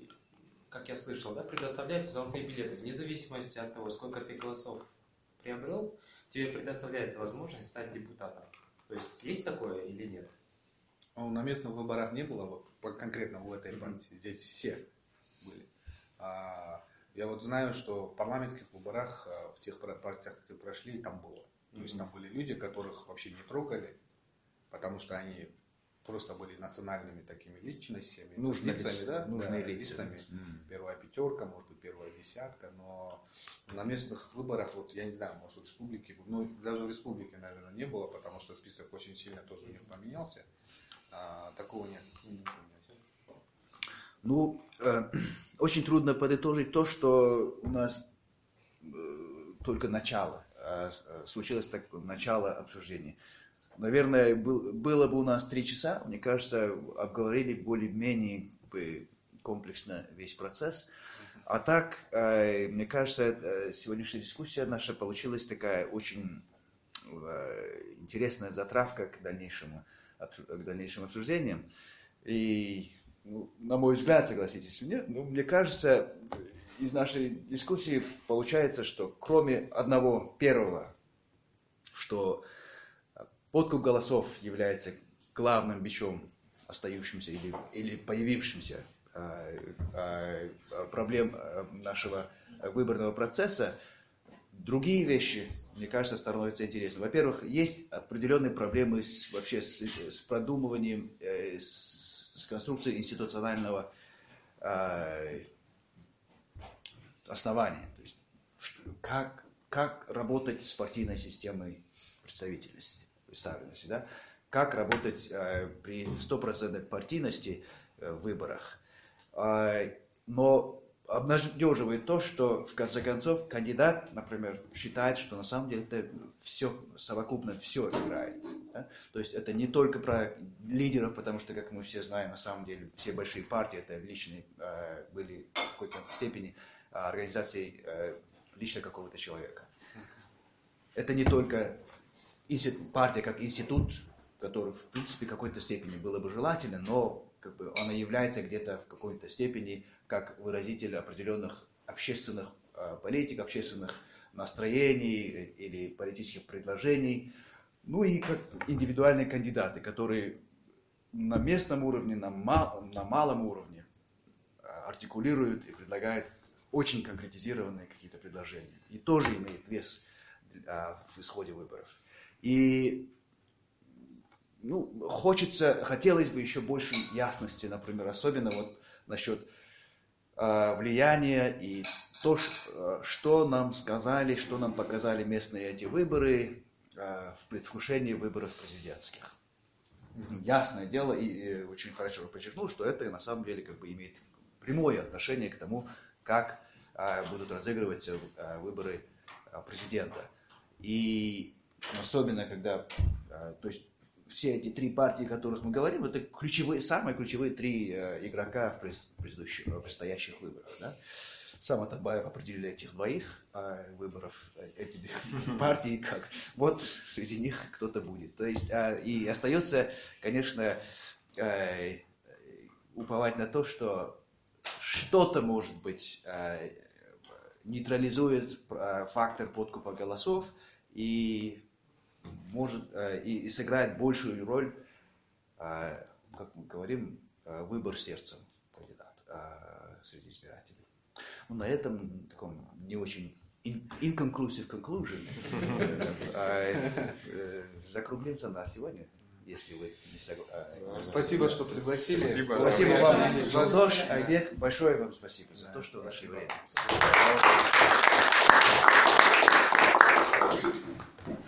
как я слышал, да, предоставляются золотые билеты. Вне зависимости от того, сколько ты голосов приобрел, тебе предоставляется возможность стать депутатом. То есть, есть такое или нет?
Ну, на местных выборах не было, вот, конкретно в этой партии. Здесь все были. А... Я вот знаю, что в парламентских выборах, в тех партиях, которые прошли, там было. То mm-hmm. есть там были люди, которых вообще не трогали, потому что они просто были национальными такими личностями,
нужными
лицами, да?
Нужные
да,
лицами.
Mm-hmm. Первая пятерка, может быть, первая десятка, но на местных выборах, вот я не знаю, может в республике, ну даже в республике, наверное, не было, потому что список очень сильно тоже у них поменялся. А, такого нет.
Ну, э, очень трудно подытожить то, что у нас э, только начало, э, случилось так, начало обсуждения. Наверное, был, было бы у нас три часа, мне кажется, обговорили более-менее комплексно весь процесс. А так, э, мне кажется, э, сегодняшняя дискуссия наша получилась такая очень э, интересная затравка к дальнейшему, к дальнейшим обсуждениям. И ну, на мой взгляд, согласитесь или нет, но мне кажется, из нашей дискуссии получается, что кроме одного первого, что подкуп голосов является главным бичом остающимся или, или появившимся э, э, проблем нашего выборного процесса, другие вещи, мне кажется, становятся интересны. Во-первых, есть определенные проблемы с, вообще с, с продумыванием, э, с с конструкцией институционального э, основания. То есть, как, как работать с партийной системой представительности, представленности. Да? как работать э, при стопроцентной партийности э, в выборах. Э, но обнадеживает то, что в конце концов кандидат, например, считает, что на самом деле это все совокупно все играет. Да? То есть это не только про лидеров, потому что, как мы все знаем, на самом деле все большие партии это личные э, были в какой-то степени э, организации э, лично какого-то человека. Это не только институт, партия как институт, который в принципе в какой-то степени было бы желательно, но как бы она является где-то в какой-то степени как выразитель определенных общественных э, политик, общественных настроений или политических предложений. Ну и как индивидуальные кандидаты, которые на местном уровне, на, мал, на малом уровне артикулируют и предлагают очень конкретизированные какие-то предложения. И тоже имеет вес а, в исходе выборов. И ну, хочется, хотелось бы еще больше ясности, например, особенно вот насчет а, влияния и то, что нам сказали, что нам показали местные эти выборы в предвкушении выборов президентских. Ясное дело, и очень хорошо подчеркнул, что это на самом деле как бы имеет прямое отношение к тому, как будут разыгрываться выборы президента. И особенно когда, то есть все эти три партии, о которых мы говорим, это ключевые, самые ключевые три игрока в предыдущих, предстоящих выборах. Да? Сам Атамбаев определил этих двоих а, выборов, эти партии, как вот среди них кто-то будет. То есть, а, и остается, конечно, а, уповать на то, что что-то, может быть, а, нейтрализует а, фактор подкупа голосов и может а, и, и сыграет большую роль, а, как мы говорим, а, выбор сердцем кандидат а, среди избирателей. Ну, на этом таком не очень inconclusive conclusion закруглимся на сегодня, если вы не согласны.
Спасибо, что пригласили.
Спасибо,
спасибо вам, Жолдош, Айбек, большое вам спасибо за то, что нашли время.